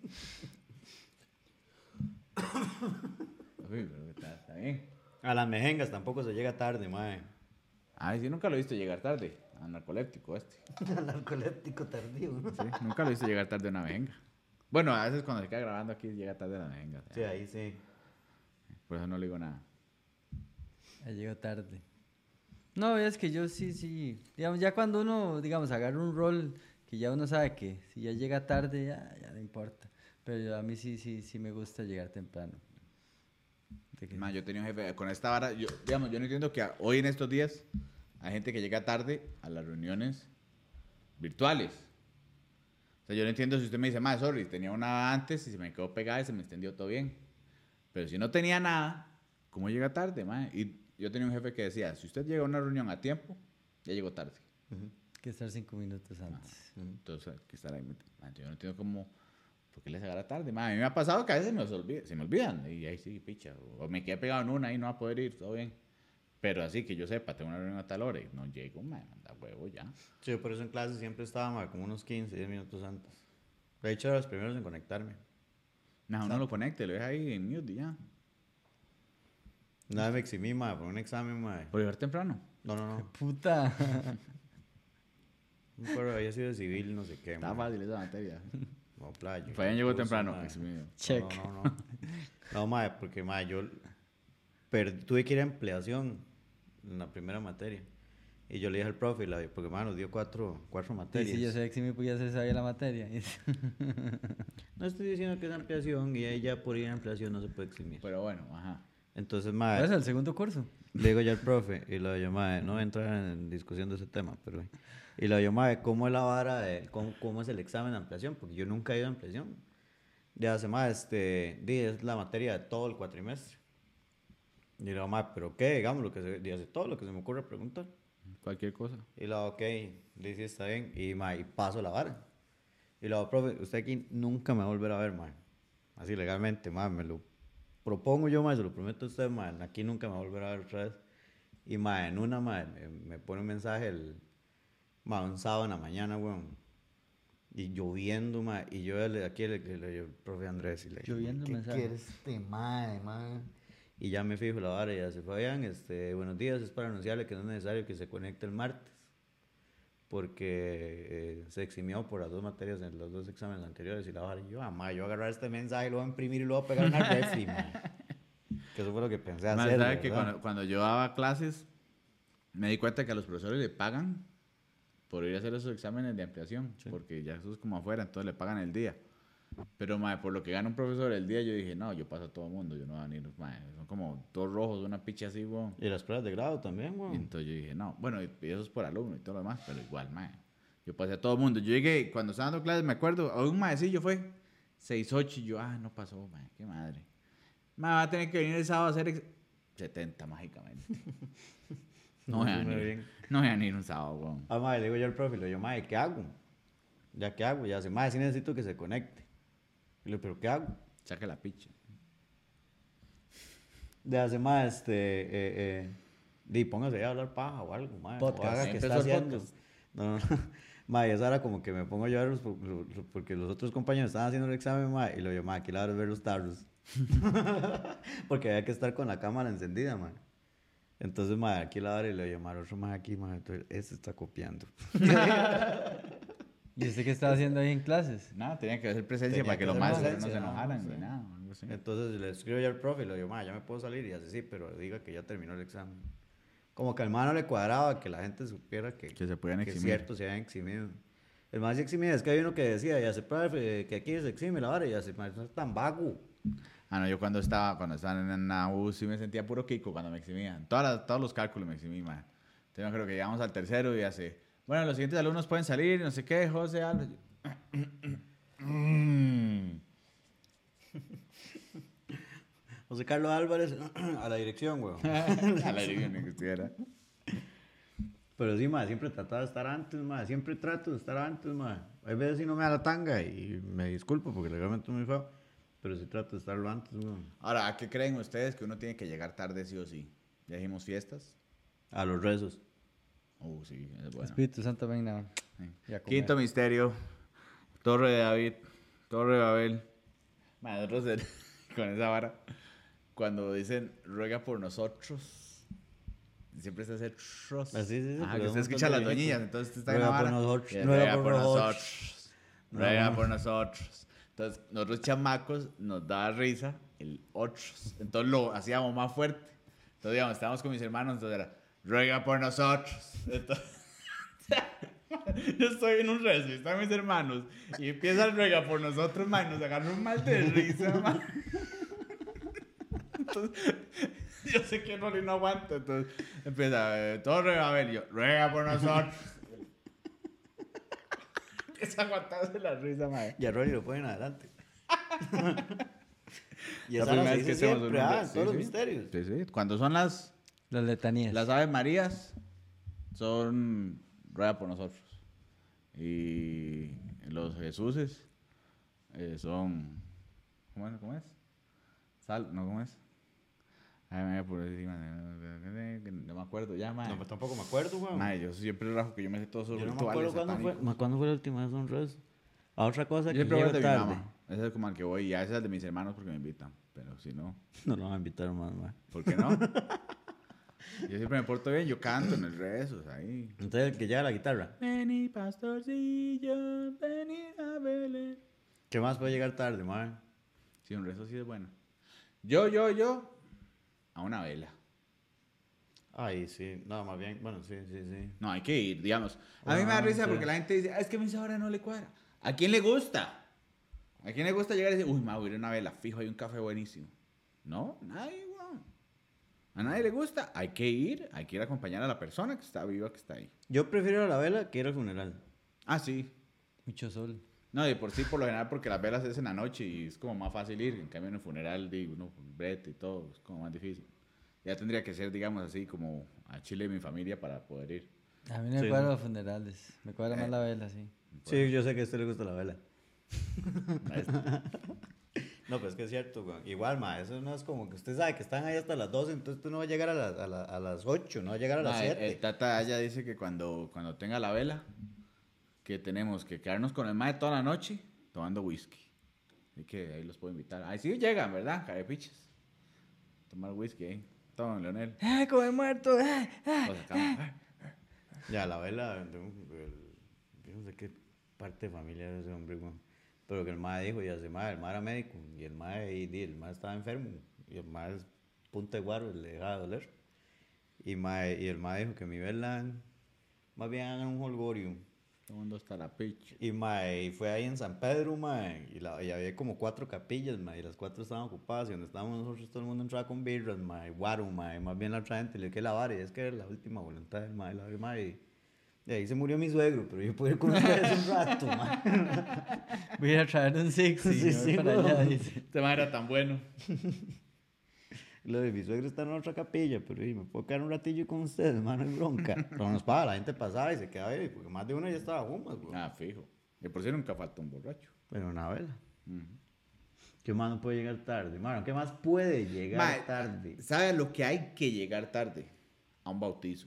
Uy, pero está bien. A las mejengas tampoco se llega tarde, mae. Ay, sí, nunca lo he visto llegar tarde. Al narcoléptico este. Al narcoléptico tardío, ¿no? Sí, nunca lo he visto llegar tarde a una venga. Bueno, a veces cuando se queda grabando aquí llega tarde a la venga. Sí, ahí sí. Por eso no le digo nada. Ya llego tarde. No, es que yo sí. Digamos, ya cuando uno, digamos, agarra un rol que ya uno sabe que si ya llega tarde, ya no importa. Pero a mí sí me gusta llegar temprano. Man, yo tenía un jefe con esta vara. Yo no entiendo que hoy en estos días hay gente que llega tarde a las reuniones virtuales. O sea, yo no entiendo si usted me dice, sorry, tenía una antes y se me quedó pegada y se me extendió todo bien. Pero si no tenía nada, ¿cómo llega tarde, man? Y yo tenía un jefe que decía, si usted llega a una reunión a tiempo, ya llegó tarde. Que estar 5 minutos antes. Entonces, hay que estar ahí. Man, yo no entiendo cómo... ¿Por qué les agarra tarde? Man, a mí me ha pasado que a veces se me olvidan. Y ahí sí, picha. O me quedé pegado en una y no va a poder ir, todo bien. Pero así que yo sepa, tengo una reunión a tal hora y no llego, man, anda huevo ya. Sí, por eso en clase siempre estaba, mae, como unos 15, 10 minutos antes. De hecho, era los primeros en conectarme. No, uno lo conecte, lo deja ahí en mute y ya. Una vez me eximí, mae, por un examen, mae. ¿Por llegar temprano? No. Puta. Un perro había sido de civil, no sé qué, Está mae. fácil esa materia. No, playa. Fabián llegó Curso, temprano. mae. eximido. Check. No. No, mae, porque, mae, yo tuve que ir a ampliación en la primera materia. Y yo le dije al profe, porque, mae, nos dio cuatro Sí, materias. sí, yo sé que si me podía hacer sabía la materia. No estoy diciendo que es ampliación y ahí ya por ir a ampliación no se puede eximir. Pero bueno, ajá. Entonces, ¿Cuál mae, es el segundo curso? le digo yo al profe y lo digo, mae, no voy a entrar en discusión de ese tema, pero... Y le digo, mae, ¿cómo es la vara de... ¿Cómo es el examen de ampliación? Porque yo nunca he ido a ampliación. Ya hace más, es la materia de todo el cuatrimestre. Y le digo, mae, ¿pero qué? Digamos, dice todo lo que se me ocurre preguntar. Cualquier cosa. Y le digo, ok, dice, está bien. Y, mae, paso la vara. Y le digo, profe, usted aquí nunca me va a volver a ver, mae. Así legalmente, mae, me lo propongo yo, mae, se lo prometo a usted, mae. Aquí nunca me va a volver a ver otra vez. Y, mae, en una, mae, me pone un mensaje un sábado en la mañana, weón. Y lloviendo, mae. Y yo aquí le digo, profe Andrés, y le digo, Lloviendo ¿qué mensaje. quiere este mae? Y ya me fijo la vara y ya se Fabián, buenos días, es para anunciarle que no es necesario que se conecte el martes, porque se eximió por las dos materias en los dos exámenes anteriores y la vara. Y yo, yo voy a agarrar este mensaje, lo voy a imprimir y lo voy a pegar en una refri, mae. Que eso fue lo que pensé Más hacer, sabe que ¿verdad? cuando yo daba clases, me di cuenta que a los profesores le pagan por ir a hacer esos exámenes de ampliación, porque ya eso es como afuera, entonces le pagan el día. Pero, mae, por lo que gana un profesor el día, yo dije, no, yo paso a todo mundo, yo no voy a venir, mae, son como dos rojos, una picha así, weón. Y las pruebas de grado también, Y weón. entonces yo dije, no, bueno, y eso es por alumno y todo lo demás, pero igual, mae, yo pasé a todo mundo. Yo llegué, cuando estaba dando clases, me acuerdo, a un maecillo fue 6-8 y yo, no pasó, mae, qué madre. Mae, va a tener que venir el sábado a hacer 70 mágicamente. No voy a muy venir, bien. no voy a venir un sábado, weón. Mae, le digo yo al profe, le digo, mae, ¿qué hago? ¿Ya qué hago? Ya hace, mae, sí necesito que se conecte. Y le digo, ¿pero qué hago? Saca la picha. De hace más, di, póngase a hablar paja o algo, mae. Podcast. O haga que Empezó está el haciendo. podcast. No, no, mae, esa era como que me pongo a llorar porque los otros compañeros estaban haciendo el examen, mae, y lo yo, mae, aquí la hora es ver los tarros. Porque había que estar con la cámara encendida, mae. Entonces, mae, aquí la hora y le digo, mae, otro mae aquí, mae, entonces, ese está copiando. ¿Y usted qué estaba haciendo ahí en clases? Nada, tenía que hacer presencia Tenía para que que los hacer maestros no presencia, se no, enojaran sí. ni nada, algo así. Entonces le escribo yo al profe y le digo, mae, ya me puedo salir. Y hace, sí, pero diga que ya terminó el examen. Como que al mae no le cuadraba que la gente supiera que Que se podían que es eximir. cierto, se habían eximido. El más se eximía, es que hay uno que decía, ya se profe, que aquí se exime la hora, y ya se, mae, no es tan vago. Ah, no, yo cuando estaba en la U sí me sentía puro Kiko cuando me eximían. Todos los cálculos me eximí, man. Entonces me creo que llegamos al tercero y hace, bueno, los siguientes alumnos pueden salir, no sé qué, José, Alves. José Carlos Álvarez, a la dirección, weón. A la dirección que estuviera. Pero sí, mae, siempre trataba de estar antes, mae. Siempre trato de estar antes, mae. Hay veces sí no me da la tanga y me disculpo porque legalmente es muy feo. Pero sí trato de estarlo antes, weón. Ahora, ¿a qué creen ustedes que uno tiene que llegar tarde sí o sí? ¿Ya dijimos fiestas? A los rezos. Sí, es bueno. Espíritu Santo, venga. Sí. Y a comer. Quinto misterio, Torre de David, Torre de Babel. Man, nosotros con esa vara, cuando dicen ruega por nosotros, siempre se hace tros. Ah, sí, sí, sí, Ah, pero que un usted montón escucha de a las viejitos. doñillas, entonces usted está en Ruega la por vara. nosotros, y ruega ruega por por nosotros. nosotros. Ruega por nosotros. Entonces, nosotros chamacos nos daba risa el otros. Entonces lo hacíamos más fuerte. Entonces, digamos, estábamos con mis hermanos, entonces era ruega por nosotros. Entonces, yo estoy en un rezo y están mis hermanos y empieza el ruega por nosotros, man, nos agarra un mal de risa, man. Entonces, yo sé que Rolly no aguanta, entonces empieza, todo ruega a ver, yo, ruega por nosotros. Empieza a aguantarse la risa, man. Y a Rolly lo ponen adelante. Y La esa primera se vez que dice hacemos siempre, un en sí, todos los sí. misterios. Sí, sí. Cuando son las Letanías. Ave Marías, son ruega por nosotros. Y los Jesuses son. ¿Cómo es? ¿Cómo es? No, ¿cómo es? Ay, me voy a por encima. No me acuerdo ya, mae. No, pues tampoco me acuerdo, weón. Mae, yo siempre rajo que yo me sé todos esos Yo no me rituales acuerdo cuándo fue, satánicos. cuándo fue la última vez un rezo. A otra cosa Yo que siempre voy llego al de mi tarde. mamá. Ese es como al que voy. Y a ese es el de mis hermanos porque me invitan. Pero si no, No lo van a invitar más, man. ¿por qué no? Yo siempre me porto bien. Yo canto en el rezo, o sea, ahí. Entonces el que lleva la guitarra. Vení, pastorcillo, vení a Belén. ¿Qué más puede llegar tarde, man? Sí, un rezo sí es bueno. Yo, a una vela. Ay, sí. No, más bien, bueno, sí. No, hay que ir, digamos. A mí me da risa sí. porque la gente dice, es que a mí esa hora no le cuadra. ¿A quién le gusta? ¿A quién le gusta llegar y decir, uy, me voy a ir a una vela, fijo, hay un café buenísimo? No, nadie, weón. A nadie le gusta, hay que ir a acompañar a la persona que está viva, que está ahí. Yo prefiero la vela que ir al funeral. Ah, sí. Mucho sol. No, de por sí, por lo general, porque las velas es en la noche y es como más fácil ir. En cambio, en el funeral, digo, uno con brete y todo, es como más difícil. Ya tendría que ser, digamos así, como a Chile mi familia para poder ir. A mí no me Sí, cuadran sí. los funerales. Me cuadra más la vela, sí. Sí, yo sé que a usted le gusta la vela. No, pues es que es cierto, güey. Igual, ma, eso no es como que usted sabe que están ahí hasta las 12, entonces usted no va a llegar a las 8, no va a llegar a las Ma, 7. el Tata ella dice que cuando tenga la vela, que tenemos que quedarnos con el mae toda la noche tomando whisky. Así que ahí los puedo invitar. Ahí sí llegan, ¿verdad? Carepiches. tomar whisky ahí. Todo, Leonel. Come muerto, Lo sacamos. Ya, la vela, yo no sé qué parte de familia es ese hombre, weón. Pero que el mae dijo, ya se mae, el mae era médico, y el mae estaba enfermo, y el mae es punta de guaro, le dejaba de doler. Y el mae dijo que mi vela, más bien hagan un holgorio. Todo el mundo está la picha. Y mae, fue ahí en San Pedro, mae, y había como 4 capillas, mae, y las 4 estaban ocupadas, y donde estábamos nosotros todo el mundo entraba con birras, mae, guaro, mae, más bien la otra gente le dio que lavar, y es que era la última voluntad del mae, lavar, mae, y ahí se murió mi suegro, pero yo pude ir con ustedes un rato, mae. voy a ir a traer un six y Sí, me voy sí, para weón. allá, dice. Este man era tan bueno. Lo de mi suegro está en otra capilla, pero y me puedo quedar un ratillo con ustedes, mano, es bronca. Pero nos pasa, la gente pasaba y se quedaba ahí, porque más de uno ya estaba humas, güey. Ah, fijo. Y por si nunca falta un borracho. Pero una vela. ¿Qué más no puede llegar tarde? Mano, ¿qué más puede llegar Mae, tarde? ¿Sabe lo que hay que llegar tarde? A un bautizo.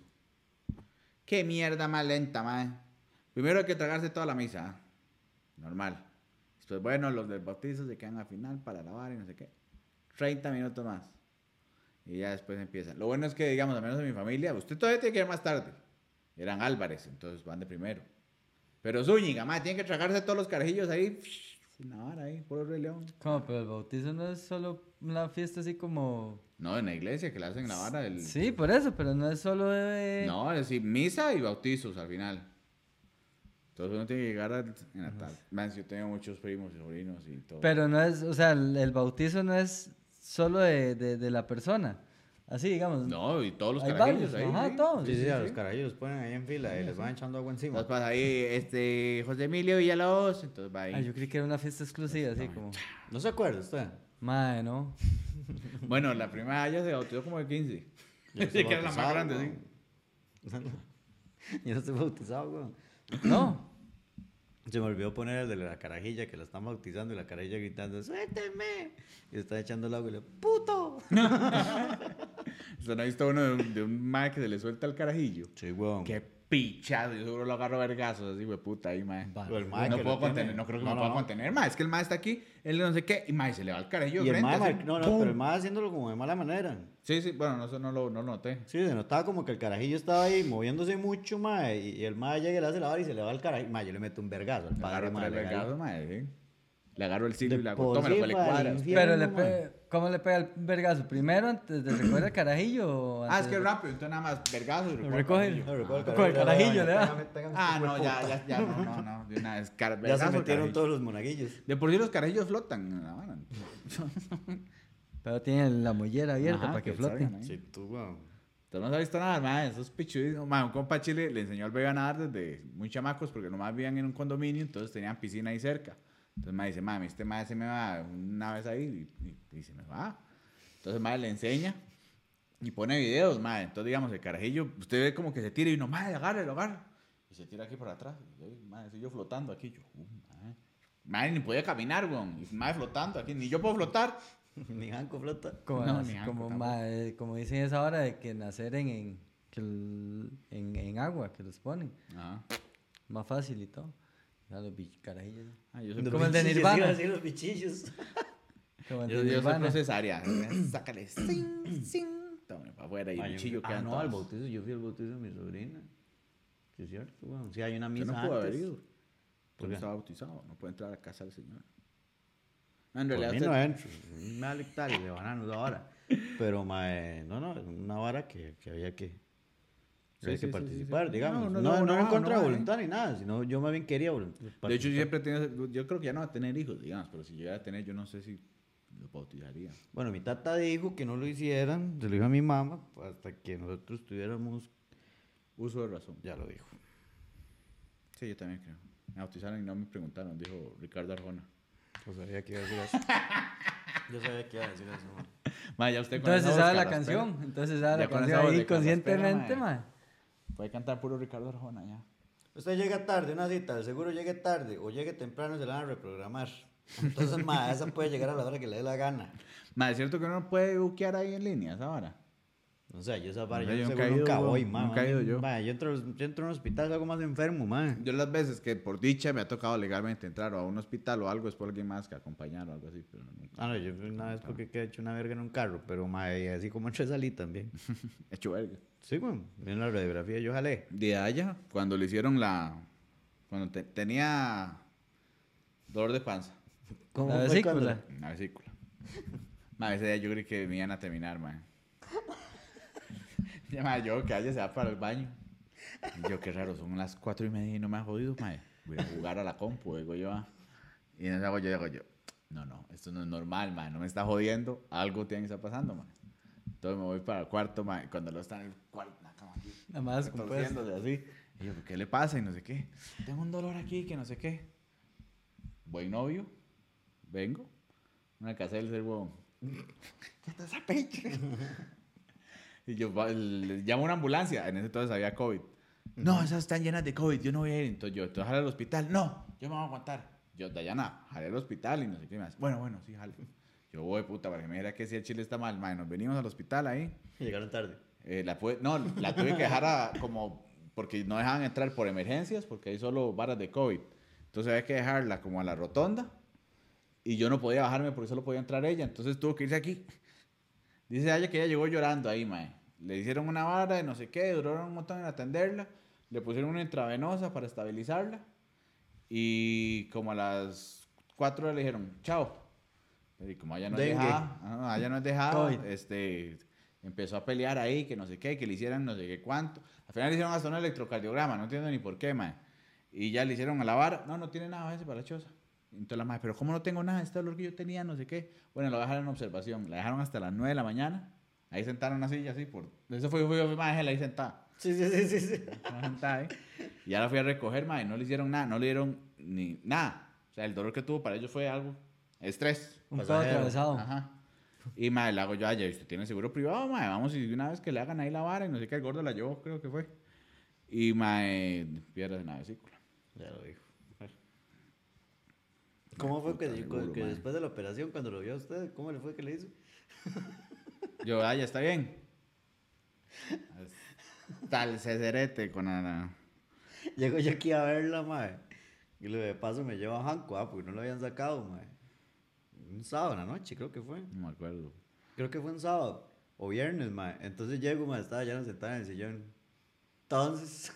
Qué mierda más lenta, mae. Primero hay que tragarse toda la misa. ¿Ah? Normal. Después, bueno, los del bautizo se quedan al final para lavar y no sé qué. 30 minutos más. Y ya después empiezan. Lo bueno es que, digamos, al menos en mi familia, usted todavía tiene que ir más tarde. Eran Álvarez, entonces van de primero. Pero Zúñiga, mae, tiene que tragarse todos los carajillos ahí. Sin lavar ahí, puro Rey León. ¿Cómo? Pero el bautizo no es solo una fiesta así como... No, en la iglesia que le hacen la vara del... Sí, por eso, pero no es solo de... No, es decir, misa y bautizos al final. Entonces uno tiene que llegar en la tarde. Man, yo tengo muchos primos y sobrinos y todo. Pero no es, o sea, el bautizo no es solo de la persona. Así, digamos. No, y todos los Hay carajillos varios, ahí. ajá, sí. todos. Sí, a los carajillos los ponen ahí en fila y les van echando agua encima. Entonces pasa ahí, José Emilio Villalobos, entonces va ahí. Ay, yo creí que era una fiesta exclusiva, así como... ¿No se acuerda usted? Madre, ¿no? Bueno, la primera ella se bautizó como de 15. Yo Sí, que era la más grande, sí. Yo no estoy bautizado, güey. No. Se me olvidó poner el de la carajilla que la están bautizando y la carajilla gritando, ¡suélteme! Y le está echando el agua y le, ¡puto! ¿Usted no ha visto uno de un mae que se le suelta el carajillo? Sí, weón. Qué pichado, yo seguro lo agarro a vergazos, así, güey, puta, ahí, mae. Pero el mae No que puedo lo tiene- contener, no creo que No, me no, pueda no. contener, mae. Es que el mae está aquí, él no sé qué, y mae, se le va el carajillo Y de el frente. mae, así, no, ¡pum! pero el mae haciéndolo como de mala manera. Sí, sí, bueno, eso no lo noté. Sí, se notaba como que el carajillo estaba ahí moviéndose mucho, mae, y el mae llega y le hace la vara y se le va el carajillo. Mae, yo le meto un vergazo al Le padre, agarro mae. tres legal. vergazos, mae, sí. Le agarro el silo y le hago, Deposita tómelo, le al cuadras. infierno. Pero mae. ¿cómo le pega el vergazo? ¿Primero antes de recoger el carajillo o Ah, antes es que de- es rápido, entonces nada más vergazo y Lo recoge el recoge. carajillo. No, recuerdo Con el carajillo, le da. Ah, no, ya, no, de una vez, Ya se vergazo, metieron carajillo. todos los monaguillos. De por sí los carajillos flotan en la vara. Pero tiene la mollera abierta Ajá, para que que flote. salgan ahí. Sí, tú, weón. Entonces no se ha visto nada, mae, esos pichudismos. Mae, un compa chile le enseñó al bebé a nadar desde muy chamacos porque nomás vivían en un condominio, entonces tenían piscina ahí cerca. Entonces mae dice, mami, este mae se me va una vez ahí y se me va. Entonces mae le enseña y pone videos, mae. Entonces digamos, el carajillo, usted ve como que se tira y no, mae, agárrelo. Y se tira aquí para atrás. Y yo, mae, estoy yo flotando aquí. Yo, mae. Mae, ni podía caminar, weón. Y mae flotando aquí, ni yo puedo flotar. Ni Janko flota. Como, No, las- ni como, algo, como dicen esa hora de que nacer en agua, que los ponen. Ajá. Más fácil y todo. Ya los carajillos. Ah, yo soy Como el de Bichillos, Nirvana. iba a decir los bichillos. Como el Yo de soy Nirvana. procesaria. Sácale. Zing. Tome para afuera y el bichillo queda no, al bautizo, yo fui al bautizo de mi sobrina. Sí, es cierto, weón. Sí, hay una Usted misa no pudo haber antes. ido. ¿Por Porque qué? estaba bautizado. No puede entrar a la casa del Señor. En Por realidad, mí usted- no entro, me da lectario de bananos ahora. Pero, mae, no, una vara que había que, Sí, había sí, que sí, participar, sí, sí. digamos. No, No, no, no, no, en contra no, de voluntad ni nada, sino yo más bien quería de hecho, yo participar. siempre he tenido. Yo creo que ya no va a tener hijos, digamos. Pero si llegara a tener, yo no sé si lo bautizaría. Bueno, mi tata dijo que no lo hicieran, se lo dijo a mi mamá, hasta que nosotros tuviéramos, Uso de razón. ya lo dijo. Sí, yo también creo. Me bautizaron y no me preguntaron, dijo Ricardo Arjona. Yo sabía que iba a decir eso. Yo sabía que iba a decir eso, mae. Ma, ya usted con Entonces esa se voz sabe la carraspera, canción. Entonces se sabe Ya la con canción esa voz ahí de carraspera, conscientemente, mae. ma. Puede cantar puro Ricardo Arjona ya. Usted llega tarde, una cita, de seguro llegue tarde o llegue temprano y se la van a reprogramar. Entonces, mae, esa puede llegar a la hora que le dé la gana. Ma, ¿es cierto que uno no puede buquear ahí en línea esa hora? O sea, yo esa vara, No yo sé, no yo sé, nunca he nunca ido, voy, man. nunca he ido yo. Yo entro a un hospital, salgo más enfermo, man. Yo las veces que por dicha me ha tocado legalmente entrar o a un hospital o algo es por alguien más que acompañar o algo así, pero nunca. Ah, no, yo fui una vez porque he hecho una verga en un carro, pero, man, y así como entré salí también. He hecho verga. Sí, weón. En la radiografía yo jalé. De allá, cuando le hicieron cuando tenía dolor de panza, La vesícula. una vesícula. Ma, ese día yo creí que me iban a terminar, man. Ya, ma, yo que haya se va para el baño. Y yo, qué raro, son las 4:30 y no me ha jodido, ma. Voy a jugar a la compu, digo yo. Y en eso digo yo, no, esto no es normal, ma. No me está jodiendo, algo tiene que estar pasando, ma. Entonces me voy para el cuarto, ma. Y cuando lo está en el cuarto, en la cama, aquí, Nada más compuesto. torciéndose así. Y yo, ¿qué le pasa? Y no sé qué. Tengo un dolor aquí, que no sé qué. Buen novio, vengo. Una casa del ser huevón. ¿Qué está esa pecha? Y yo le llamo a una ambulancia. En ese entonces había COVID. No, esas están llenas de COVID. Yo no voy a ir. Entonces yo, ¿te vas al hospital? No, yo me voy a aguantar. Yo, Dayana, jalé al hospital y no sé qué más. Bueno, sí, jale. Yo voy, puta, para que me dijera que si el chile está mal. Madre, nos venimos al hospital ahí. Llegaron tarde. La tuve que dejar como... Porque no dejaban entrar por emergencias, porque hay solo varas de COVID. Entonces había que dejarla como a la rotonda. Y yo no podía bajarme porque solo podía entrar ella. Entonces tuvo que irse aquí. Dice ella que ella llegó llorando ahí, mae. Le hicieron una vara de no sé qué, duraron un montón en atenderla. Le pusieron una intravenosa para estabilizarla. Y como a las 4 le dijeron, chao. Y como ella no es Dengue. dejada, ella no es dejada, COVID. empezó a pelear ahí, que no sé qué, que le hicieran no sé qué cuánto. Al final le hicieron hasta un electrocardiograma, no entiendo ni por qué, mae. Y ya le hicieron a la vara, no tiene nada, ese para la choza. Entonces la madre, pero ¿cómo no tengo nada? Este dolor que yo tenía, no sé qué. Bueno, lo dejaron en observación. La dejaron hasta las 9 de la mañana. Ahí sentaron una silla así. Eso fue madre, ahí sentada. Sí. Sentada ahí. Y ya la fui a recoger, madre. No le hicieron nada. No le dieron ni nada. O sea, el dolor que tuvo para ellos fue algo. Estrés. Un pedo Pasajero. atravesado. Ajá. Y madre, le hago yo, ya usted tiene seguro privado, madre. Vamos y de una vez que le hagan ahí la vara. Y no sé qué, el gordo la llevó, creo que fue. Y madre, piedras en la vesícula. Ya lo dijo. ¿Cómo fue que, Puta, seguro, que man. después de la operación, cuando lo vio a usted, cómo le fue que le hizo? Yo, ya está bien. Tal cecerete con la... Llego yo aquí a verla, mae. Y lo de paso me lleva a Janco, porque no lo habían sacado, mae. Un sábado en la noche, creo que fue. No me acuerdo. Creo que fue un sábado. O viernes, mae. Entonces llego, mae, estaba ya sentada en el sillón. Entonces...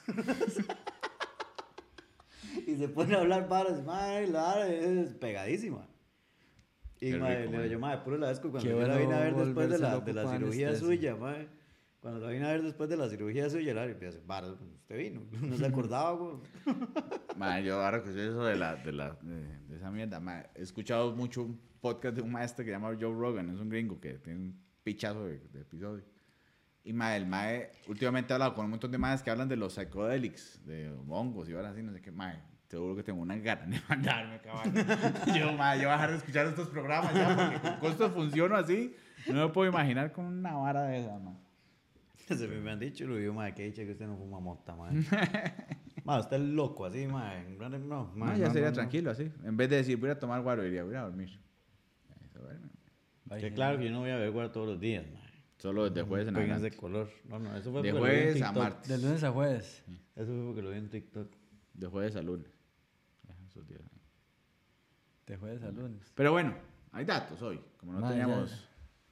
y se pone a hablar varas, mae, la vara es pegadísima. Y Qué mae, rico, le digo mae. yo, mae, puro la vez cuando Qué yo la vine a ver bueno después de volverse la loco con cirugía anestesia. suya, mae. Cuando la vine a ver después de la cirugía suya, la empieza, varas, usted vino, no se acordaba, güey. Ma, yo ahora que sé eso de esa mierda, ma, he escuchado mucho un podcast de un maestro que se llama Joe Rogan, es un gringo que tiene un pichazo de episodio. Y ma, el mae últimamente ha hablado con un montón de maes que hablan de los psychedelics, de hongos y ahora así, no sé qué, ma, seguro que tengo una gana de mandarme, cabrón. Yo voy a dejar de escuchar estos programas ya, porque con costos funciono así, no me puedo imaginar con una vara de esa, ma. Se me han dicho, lo digo, mae, que dicha que usted no fuma mota, mae. Mae, usted es loco así, mae. No, Ma, mae, ya no, sería no, tranquilo así. En vez de decir voy a tomar guaro, diría voy a dormir. Eso, bueno. No. Que claro que yo no voy a ver guarda todos los días, mae. Solo desde jueves en Pegas adelante. de color. No, eso fue De porque lo vi en jueves a TikTok. martes. De lunes a jueves. Eso fue porque lo vi en TikTok. De jueves a lunes. Esos días. De jueves a lunes. Pero bueno, hay datos hoy. Como no Ma, teníamos...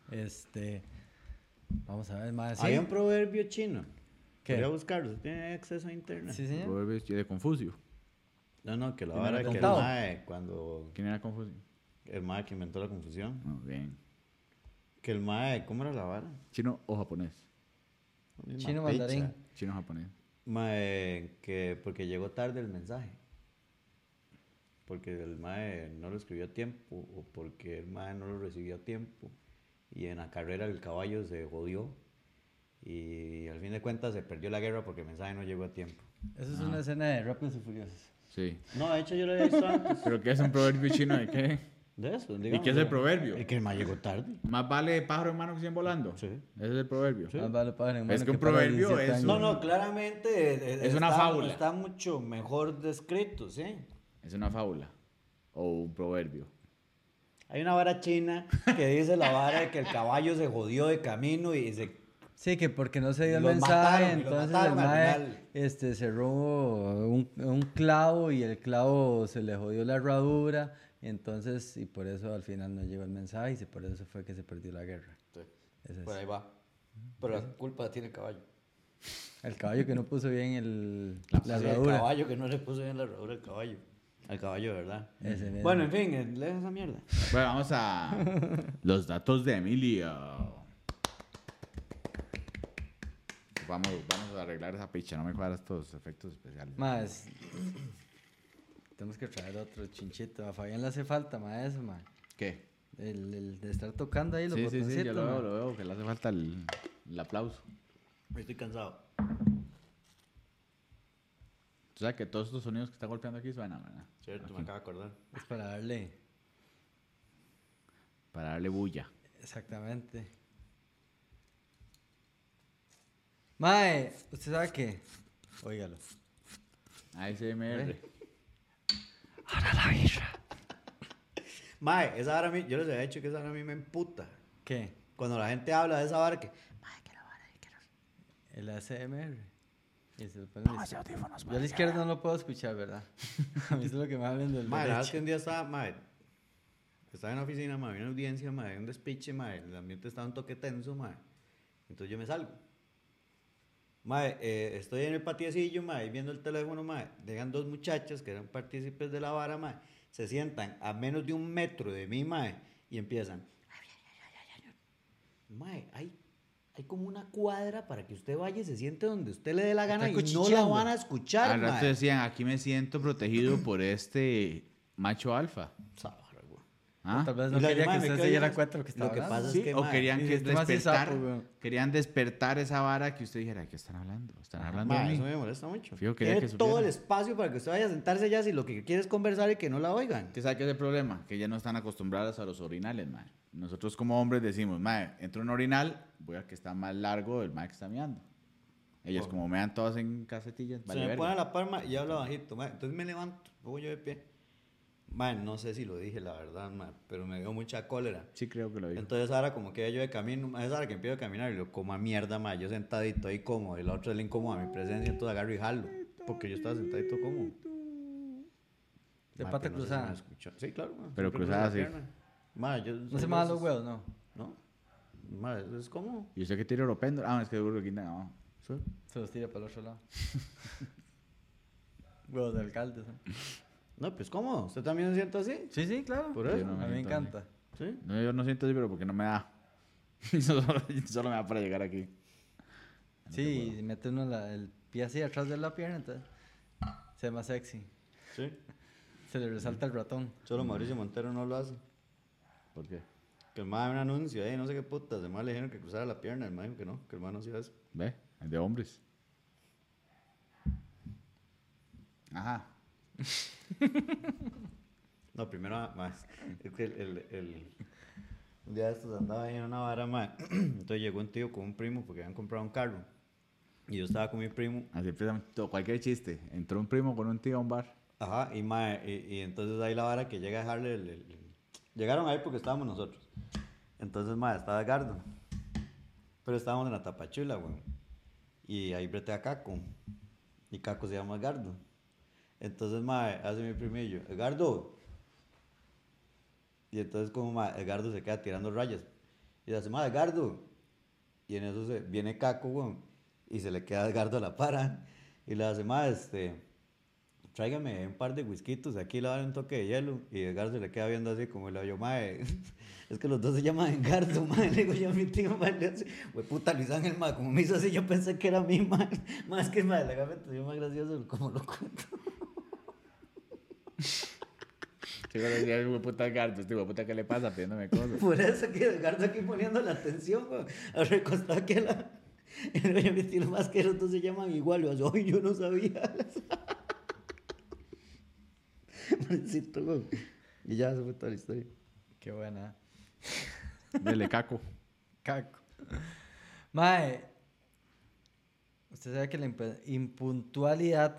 Vamos a ver más. Hay un proverbio chino. ¿Qué? Voy a buscarlo. ¿Usted tiene acceso a internet? Sí, señor. Proverbios de Confucio. No, que la ¿Quién vara era que el contado? mae, cuando... ¿Quién era Confucio? El mae que inventó la confusión. No, bien. Que el mae... ¿Cómo era la vara? ¿Chino o japonés? Una Chino picha. mandarín. Chino o japonés. Mae, que porque llegó tarde el mensaje. Porque el mae no lo escribió a tiempo o porque el mae no lo recibió a tiempo. Y en la carrera el caballo se jodió. Y al fin de cuentas se perdió la guerra porque el mensaje no llegó a tiempo. Eso es una escena de Rápidos y Furiosos. Sí. No, de hecho yo lo había visto antes. ¿Pero qué es un proverbio chino de qué? De eso, ¿Y qué es el proverbio? Y que el mae llegó tarde. ¿Más vale pájaro en mano que 100 volando? Sí. Ese es el proverbio. Más vale padre, hermano, Es que un para proverbio 17 es años. No, claramente Es una fábula. Está mucho mejor descrito, sí. Es una fábula. O un proverbio. Hay una vara china que dice la vara de que el caballo se jodió de camino y se Sí, que porque no se dio el Los mensaje, mataron, y los entonces el mataron al mae final. cerró un clavo y el clavo se le jodió la herradura, entonces, y por eso al final no llegó el mensaje y por eso fue que se perdió la guerra. Sí, Es por eso. ahí va. Pero la culpa tiene el caballo. El caballo que no puso bien la Sí, el herradura. caballo que no le puso bien la herradura al caballo. Al caballo, de verdad. Ese mismo. Bueno, en fin, lee esa mierda. Bueno, vamos a los datos de Emilio. Vamos a arreglar esa picha, no me cuadran estos efectos especiales. Más. Tenemos que traer otro chinchito. A Fabián le hace falta, ma, eso, ma. ¿Qué? El de estar tocando ahí los Sí, botoncitos. yo ma. lo veo, que le hace falta el aplauso. Estoy cansado. Tú sabes que todos estos sonidos que está golpeando aquí suenan, ¿verdad? Cierto, me acabo de acordar. Es para darle. Para darle bulla. Exactamente. Mae, ¿usted sabe qué? Óigalo. ASMR. Mae, esa vara a mí, yo les había dicho que esa vara a mí me emputa. ¿Qué? Cuando la gente habla de esa vara que... El ASMR. Y se lo ponen yo a la izquierda no lo puedo escuchar, ¿verdad? A mí es lo que me hablan del Mae, la verdad es que derecho. un día estaba en la oficina, mae, había una audiencia, mae, había un despiche, mae, el ambiente estaba un toque tenso, mae. Entonces yo me salgo. Mae, estoy en el patiecillo, mae, viendo el teléfono, mae. Llegan dos muchachas que eran partícipes de la vara, mae. Se sientan a menos de 1 metro de mí, mae, y empiezan. Mae, hay como una cuadra para que usted vaya y se siente donde usted le dé la gana y no la cuchicheando. van a escuchar, Al rato mae. decían, aquí me siento protegido por este macho alfa. Esa vara, güey. ¿Ah? Tal vez Y no la quería que mae, me usted quedo se diera yo- cuenta de lo que estaba lo que hablando. pasa Sí, es que, o mae, querían dice, que este mae sí es despertar, sapo, weón. querían despertar esa vara que usted dijera, ¿qué están hablando? ¿Están hablando mae, de eso mí? me molesta mucho. Fijo, quería Tiene que todo el supiera. espacio para que usted vaya a sentarse ya si lo que quiere es conversar y que no la oigan. ¿Qué sabe qué es el problema? Que ya no están acostumbradas a los orinales, mae. Nosotros como hombres decimos, mae, entro en un orinal, voy a que está más largo del mae que está meando. Ellas como mean todas en casetillas, Se vale me verga. pone a la palma y habla bajito, mae. Entonces me levanto, pongo yo de pie. Mae, no sé si lo dije la verdad, mae, pero me dio mucha cólera. Sí creo que lo digo. Entonces ahora como que yo de camino, mae, es ahora que empiezo a caminar y lo como a mierda, mae, yo sentadito ahí cómodo, y la otra es le incómoda mi presencia, entonces agarro y jalo, porque yo estaba sentadito cómodo. De Mae, pata pero no sé si cruzada. me escuchó. Sí, claro, mae, Pero siempre cruzada, cruzo la sí. pierna. Mae, yo No soy se de me dan esos- los huevos, no. No, mae, eso es como... ¿Y usted qué tira europendo? Ah, es que seguro que quitan abajo. ¿sí? Se los tira para el otro lado. Huevos de alcalde, ¿no? No, pues cómodo, ¿usted también se siente así? Sí, sí, claro. Por Sí, eso. no, A mí me siento encanta. ¿Sí? No, yo no siento así, pero porque no me da. solo me da para llegar aquí. Sí, y mete uno el pie así atrás de la pierna, entonces se ve más sexy. Sí. Se le resalta el ratón. Solo Mauricio Montero no lo hace. ¿Por qué? Que el mae un anuncio ahí, no sé qué putas. El mae le dijeron que cruzara la pierna. El mae dijo que no, que el mae no hacía eso. ¿Ve? Es de hombres. Ajá. No, primero, mae, es que un día de estos andaba ahí en una vara, mae. Entonces llegó un tío con un primo porque habían comprado un carro. Y yo estaba con mi primo. Así precisamente, cualquier chiste. Entró un primo con un tío a un bar. Ajá, y mae, y entonces ahí la vara que llega a dejarle llegaron ahí porque estábamos nosotros. Entonces, mae, estaba Edgardo. Pero estábamos en la Tapachula, weón. Y ahí breté a Caco. Y Caco se llama Edgardo. Entonces, mae, hace mi primillo, Edgardo. Y entonces, como mae, Edgardo se queda tirando rayas. Y le hace, mae, Edgardo. Y en eso viene Caco, weón. Y se le queda a Edgardo a la para. Y le hace, mae, tráigame un par de whiskitos, aquí le dan un toque de hielo. Y Edgardo se le queda viendo así como le digo, mae, es que los dos se llaman Edgardo, mae. Le digo yo a mi tío, mae, le hace, güey, puta, Luis Ángel, mae, como me hizo así, yo pensé que era mí, mae. Más que, mae, legalmente dio más gracioso como lo cuento. Sí, cuando decía, "Hijo de puta Edgardo, este hijo de puta, ¿qué le pasa? Pidiéndome cosas. Por eso que Edgardo aquí poniendo la atención, güey. Al recostado aquí a la... Y le digo yo a mi tío, más que los dos se llaman igual. Y yo, "Ay, yo no sabía. Pobrecito, güey. Y ya, esa fue toda la historia. Qué buena. Dele caco. Caco. Mae, usted sabe que la impuntualidad,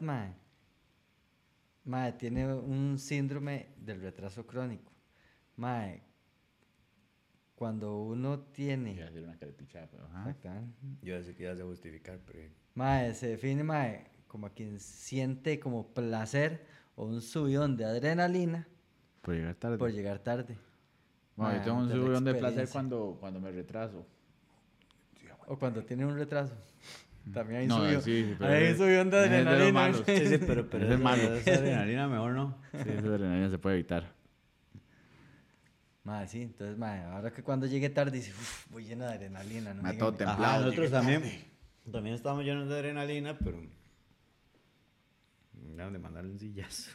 mae, tiene un síndrome del retraso crónico. Mae, cuando uno Iba a tiene... decir una carepichada, pero ajá. Exactamente. Yo sé que ibas a justificar, pero... Mae, se define, mae, como a quien siente como placer o un subidón de adrenalina Por llegar tarde. por llegar tarde. Bueno, yo Mae, tengo un de la subidón de placer experiencia. cuando me retraso. O cuando tiene un retraso. También hay No, subidón. sí, pero Hay es- subidón de es de los adrenalina. malos. Sí, sí, pero Ese es esa- malo. esa adrenalina mejor no. Sí, esa adrenalina se puede evitar. Mae, sí, entonces, mae, ahora que cuando llegue tarde dice, uff, voy lleno de adrenalina. No Mae, me todo digan- templado. Ajá, nosotros llegué también estamos llenos de adrenalina, pero... Ganas de mandarle un sillazo.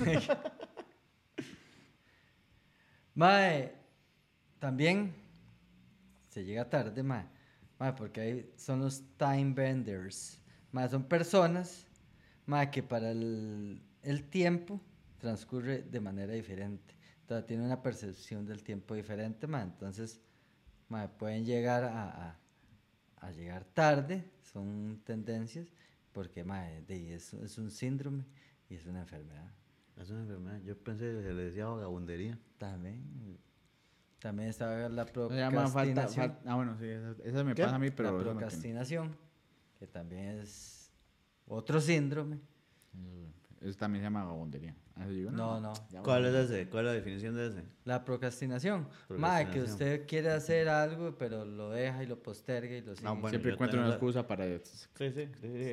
Mae, también se llega tarde, mae. Mae, porque ahí son los time benders. Mae, son personas, mae, que para el tiempo transcurre de manera diferente. Entonces, tienen una percepción del tiempo diferente, mae. Entonces, mae, pueden llegar a llegar tarde, son tendencias, porque, mae, es un síndrome y es una enfermedad. Es una enfermedad. Yo pensé que se le decía vagabundería. También está la Se llama falta, procrastinación. Ah, bueno, sí, esa me ¿Qué? pasa a mí, pero... La eso no tiene. procrastinación, que también es otro síndrome. Eso también se llama vagabundería. Ah, eso digo, No. ya ¿Cuál bueno. es ese? ¿Cuál es la definición de ese? La procrastinación. Mae, que Procrastinación. usted quiere hacer algo, pero lo deja y lo posterga y lo sigue. bueno, Siempre yo encuentro tengo una la- excusa para... Sí.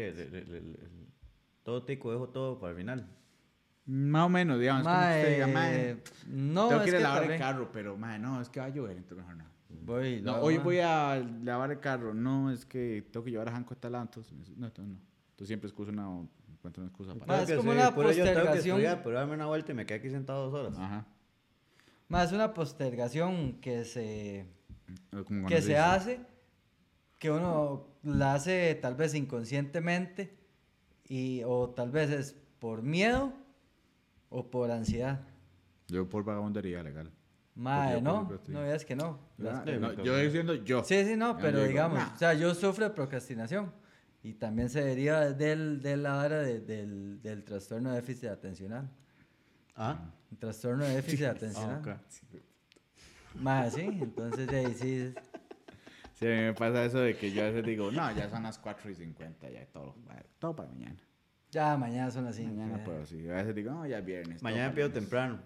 Todo tico, dejo todo para el final. Más o menos, digamos. Es como que usted diga, mae, no, tengo es que ir a que lavar el también carro, pero, mae, no, es que va a llover, entonces mejor no. voy, No, lo hoy hago, voy a lavar el carro. No, es que tengo que llevar a Janco a tal lado, entonces no. Entonces siempre encuentro una excusa para... Mae, es Tengo que como seguir, una por ello tengo que postergación. estudiar, pero darme una vuelta y me quedé aquí sentado 2 horas. Ajá. Más una postergación que se Como cuando que se dice, hace, que uno la hace tal vez inconscientemente o tal vez es por miedo o por ansiedad. Yo por vagabundería legal. Mae, yo no, procrastino. no es que no. Ah, Sí, no, me yo estoy diciendo yo. Sí, no, Yo pero digo, digamos, nah. o sea, yo sufro de procrastinación y también se deriva de la vara del trastorno de déficit atencional. Ah, El trastorno de déficit atencional. ok. Mae, sí, entonces de ahí sí. Sí, a mí me pasa eso de que yo a veces digo, no, ya son las 4:50, ya todo para mañana. Ya mañana son las 5. Mañana puedo, sí. A veces digo, no, ya es viernes. todo mañana para pido lunes. temprano.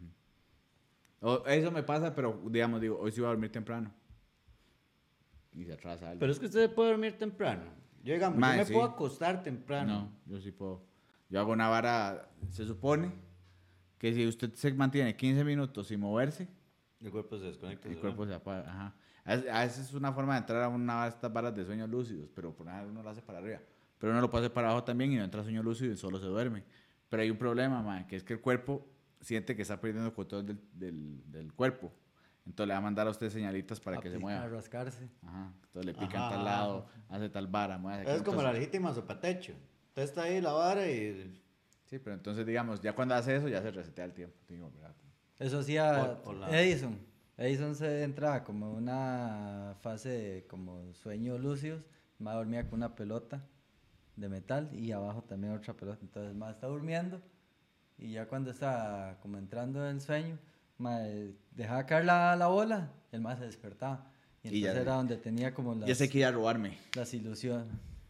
Eso me pasa, pero digamos, digo, hoy sí voy a dormir temprano. Y se atrasa algo. Pero es que usted puede dormir temprano. Yo, digamos, Mae, yo me sí. puedo acostar temprano. No, yo sí puedo. Yo hago una vara, se supone que si usted se mantiene 15 minutos sin moverse, El cuerpo se desconecta. el ¿verdad? cuerpo se apaga. Ajá. A veces es una forma de entrar a una de estas varas de sueños lúcidos, pero por nada uno lo hace para arriba. Pero uno lo puede hacer para abajo también y no entra a sueño lúcido y solo se duerme. Pero hay un problema, mae, que es que el cuerpo siente que está perdiendo el control del cuerpo. Entonces le va a mandar a usted señalitas para que se A mueva. rascarse. Ajá. Entonces le pica en Ajá. tal lado, hace tal vara, mueve. Es como la legítima sopatecho. Usted está ahí la vara y... Sí, pero entonces digamos, ya cuando hace eso ya se resetea el tiempo. Digo, ¿verdad? Eso hacía O la- Edison. Edison se entraba como en una fase de como sueño lúcidos. Más dormía con una pelota de metal y abajo también otra pelota. Entonces más está durmiendo y ya cuando está como entrando en el sueño, dejaba caer la bola, el más se despertaba. Y Y ya entonces sé. era donde tenía como Ya sé que iba a robarme. las ilusiones,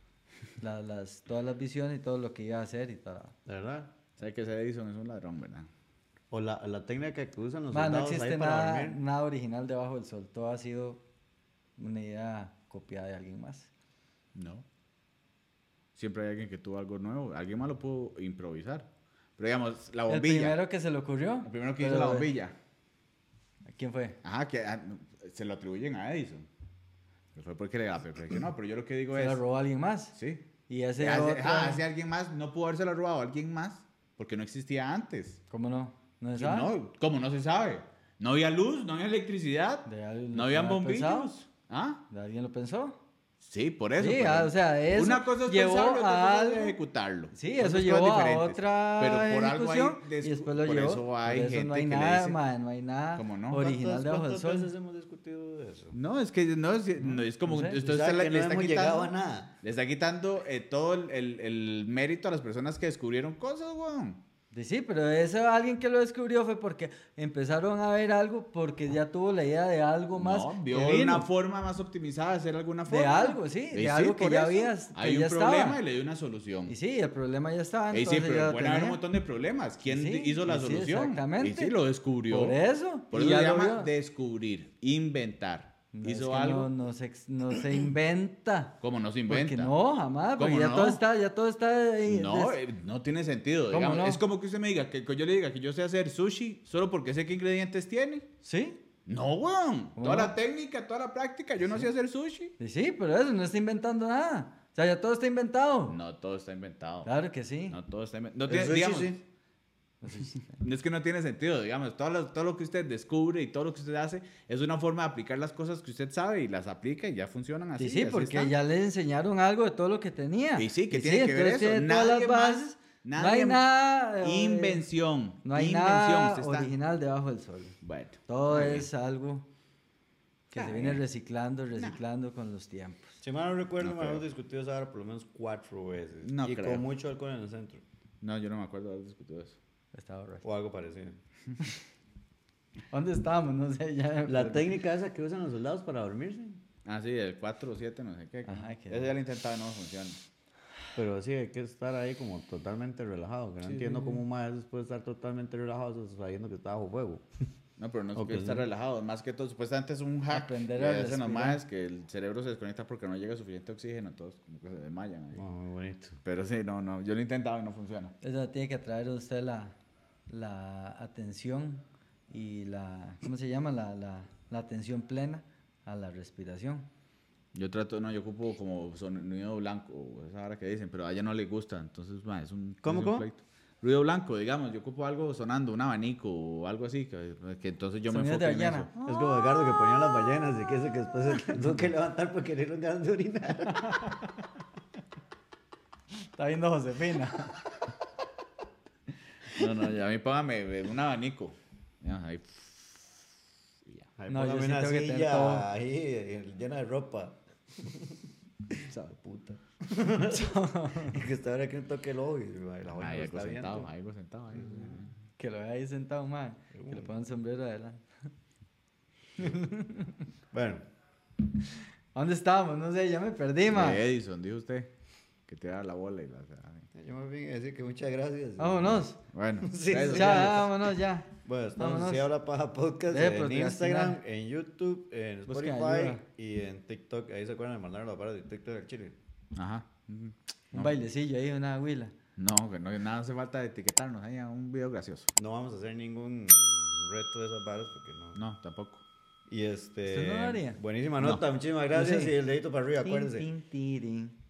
todas las visiones y todo lo que iba a hacer y todo. ¿De verdad? ¿Sabe que ese Edison es un ladrón, verdad? O la técnica que usan los No soldados existe ahí para nada, dormir. nada original debajo del sol. Todo ha sido una idea copiada de alguien más. No. Siempre hay alguien que tuvo algo nuevo. Alguien más lo pudo improvisar. Pero digamos, la bombilla. El primero que se le ocurrió. El primero que hizo pero, la bombilla. ¿Quién fue? Ajá, que se lo atribuyen a Edison. Pero fue porque le perfeccionó. Pero yo lo que digo Se es... la robó alguien más. Sí. Y ese Hace- otro... ese alguien más no pudo haberse lo robado a alguien más porque no existía antes. ¿Cómo no? ¿No se Que sabe? No, ¿cómo no se sabe? No había luz, no había electricidad, De alguien no lo habían habrá pensado. bombillos. ¿Ah? ¿De ¿Alguien lo pensó? Sí, por eso. Sí, pero o sea, eso una cosa es llevó pensarlo, otra a cosa es algo- ejecutarlo. Sí, Son eso dos llevó cosas a diferentes. otra Pero por algo hay ejecución y después lo por llevó. eso hay Por eso gente no hay que le nada, dice- man, no hay nada ¿Cómo no? original debajo del ¿Cuántas sol. veces hemos discutido de eso? No, es que no es como... No sé. Usted ¿Sabe que le no está hemos quitando, llegado a nada? le está quitando todo el mérito a las personas que descubrieron cosas, weón. Sí, pero eso alguien que lo descubrió fue porque empezaron a ver algo, porque ya tuvo la idea de algo más. No, que vio vino. una forma más optimizada de hacer alguna forma. De algo, sí, de algo que por ya eso. habías, que Hay ya un problema estaba. y le dio una solución. Y sí, el problema ya estaba. Y sí, entonces ya pero lo pueden haber un tenía. montón de problemas. ¿Quién Sí, hizo la y sí, solución? exactamente. Y sí, lo descubrió. Por eso. Por y eso ya se lo llama vio. descubrir, inventar. No, es Hizo que algo. no se inventa. ¿Cómo no se inventa? Porque no, jamás, porque ¿Cómo ya no? todo está ahí, No, no tiene sentido. ¿Cómo Digamos. no? Es como que usted me diga, que yo le diga que yo sé hacer sushi solo porque sé qué ingredientes tiene. ¿Sí? No, weón. ¿Cómo Toda no? la técnica, toda la práctica, yo no sé hacer sushi. Sí, pero eso no está inventando nada. O sea, ya todo está inventado. No, todo está inventado. Claro que sí. No, todo está inventado. No El tiene, sushi, digamos, sí. es que no tiene sentido, digamos, todo lo que usted descubre y todo lo que usted hace es una forma de aplicar las cosas que usted sabe y las aplica y ya funcionan así. Sí, así porque está. ya le enseñaron algo de todo lo que tenía. Y sí, que tiene que ver entonces eso. tiene todas Nadie las más- bases. No nadie hay más- nada. Invención. No hay invención, nada usted está. original debajo del sol. Bueno. Todo está bien. es algo que se viene reciclando con los tiempos. Si mal no recuerdo, No me hemos creo. discutido esa hora por lo menos 4 veces. No y creo. con mucho alcohol en el centro. No, yo no me acuerdo de haber discutido eso. Estaba right. O algo parecido. ¿Dónde estábamos? No sé, ya. La técnica esa que usan los soldados para dormirse. Ah, sí, el 4 o 7, no sé qué. Ajá, que- Ese ya lo he intentado y no funciona. Pero sí, hay que estar ahí como totalmente relajado. Que no entiendo cómo un maestro puede estar totalmente relajado sabiendo que está bajo fuego. No, pero no es Ok, que estar sí. relajado. Más que todo, supuestamente es un hack. Aprender que a hacen los respirar. maes que el cerebro se desconecta porque no llega suficiente oxígeno. Todos como que se desmayan ahí. Oh, muy bonito. Pero sí, no. Yo lo he intentado y no funciona. Eso tiene que atraer a usted la atención y la. ¿Cómo se llama? La atención plena a la respiración. Yo ocupo como sonido blanco, esa hora que dicen, pero a ella no le gusta, entonces es un... ¿Cómo, es un cómo? pleito. Ruido blanco, digamos, yo ocupo algo sonando, un abanico o algo así, que entonces yo me Sonidos enfoco de en ballena. eso. Es como Edgardo que ponía las ballenas y que ese que después se tuvo que levantar porque le dieron ganas de orinar. Está viendo Josefina. No, ya a mí póngame un abanico. Ya, ahí. Y ya. Ahí No, yo póngame sí una tengo que tener silla todo. ahí llena de ropa. Sabe puta. Y que está ahora que no toque el ojo y la joven Ahí lo algo está sentado, viendo. algo sentado ahí. Que lo vea ahí sentado, man. Que le pongan sombrero adelante. Bueno, ¿Dónde estábamos? No sé, ya me perdí, man. De Edison, dijo usted, que te da la bola y la... yo me vine a decir que muchas gracias. Vámonos. Bueno, Sí, eso. sí. Ya, vámonos, ya. Bueno, estamos Vámonos. en Habla Paja Podcast Deje en procrastinar. Instagram, en YouTube, en Busquen Spotify ayuda. y en TikTok. Ahí se acuerdan de mandar los paras de TikTok al Chile. Ajá. Ujú. Un bailecillo ahí, una huila. No, que no, nada hace falta de etiquetarnos ahí a un video gracioso. No vamos a hacer ningún reto de esas varas porque no. No, tampoco. Y ¿Usted no lo haría? buenísima nota, muchísimas gracias sí. y el dedito para arriba, acuérdense. Tin, tin, tirin.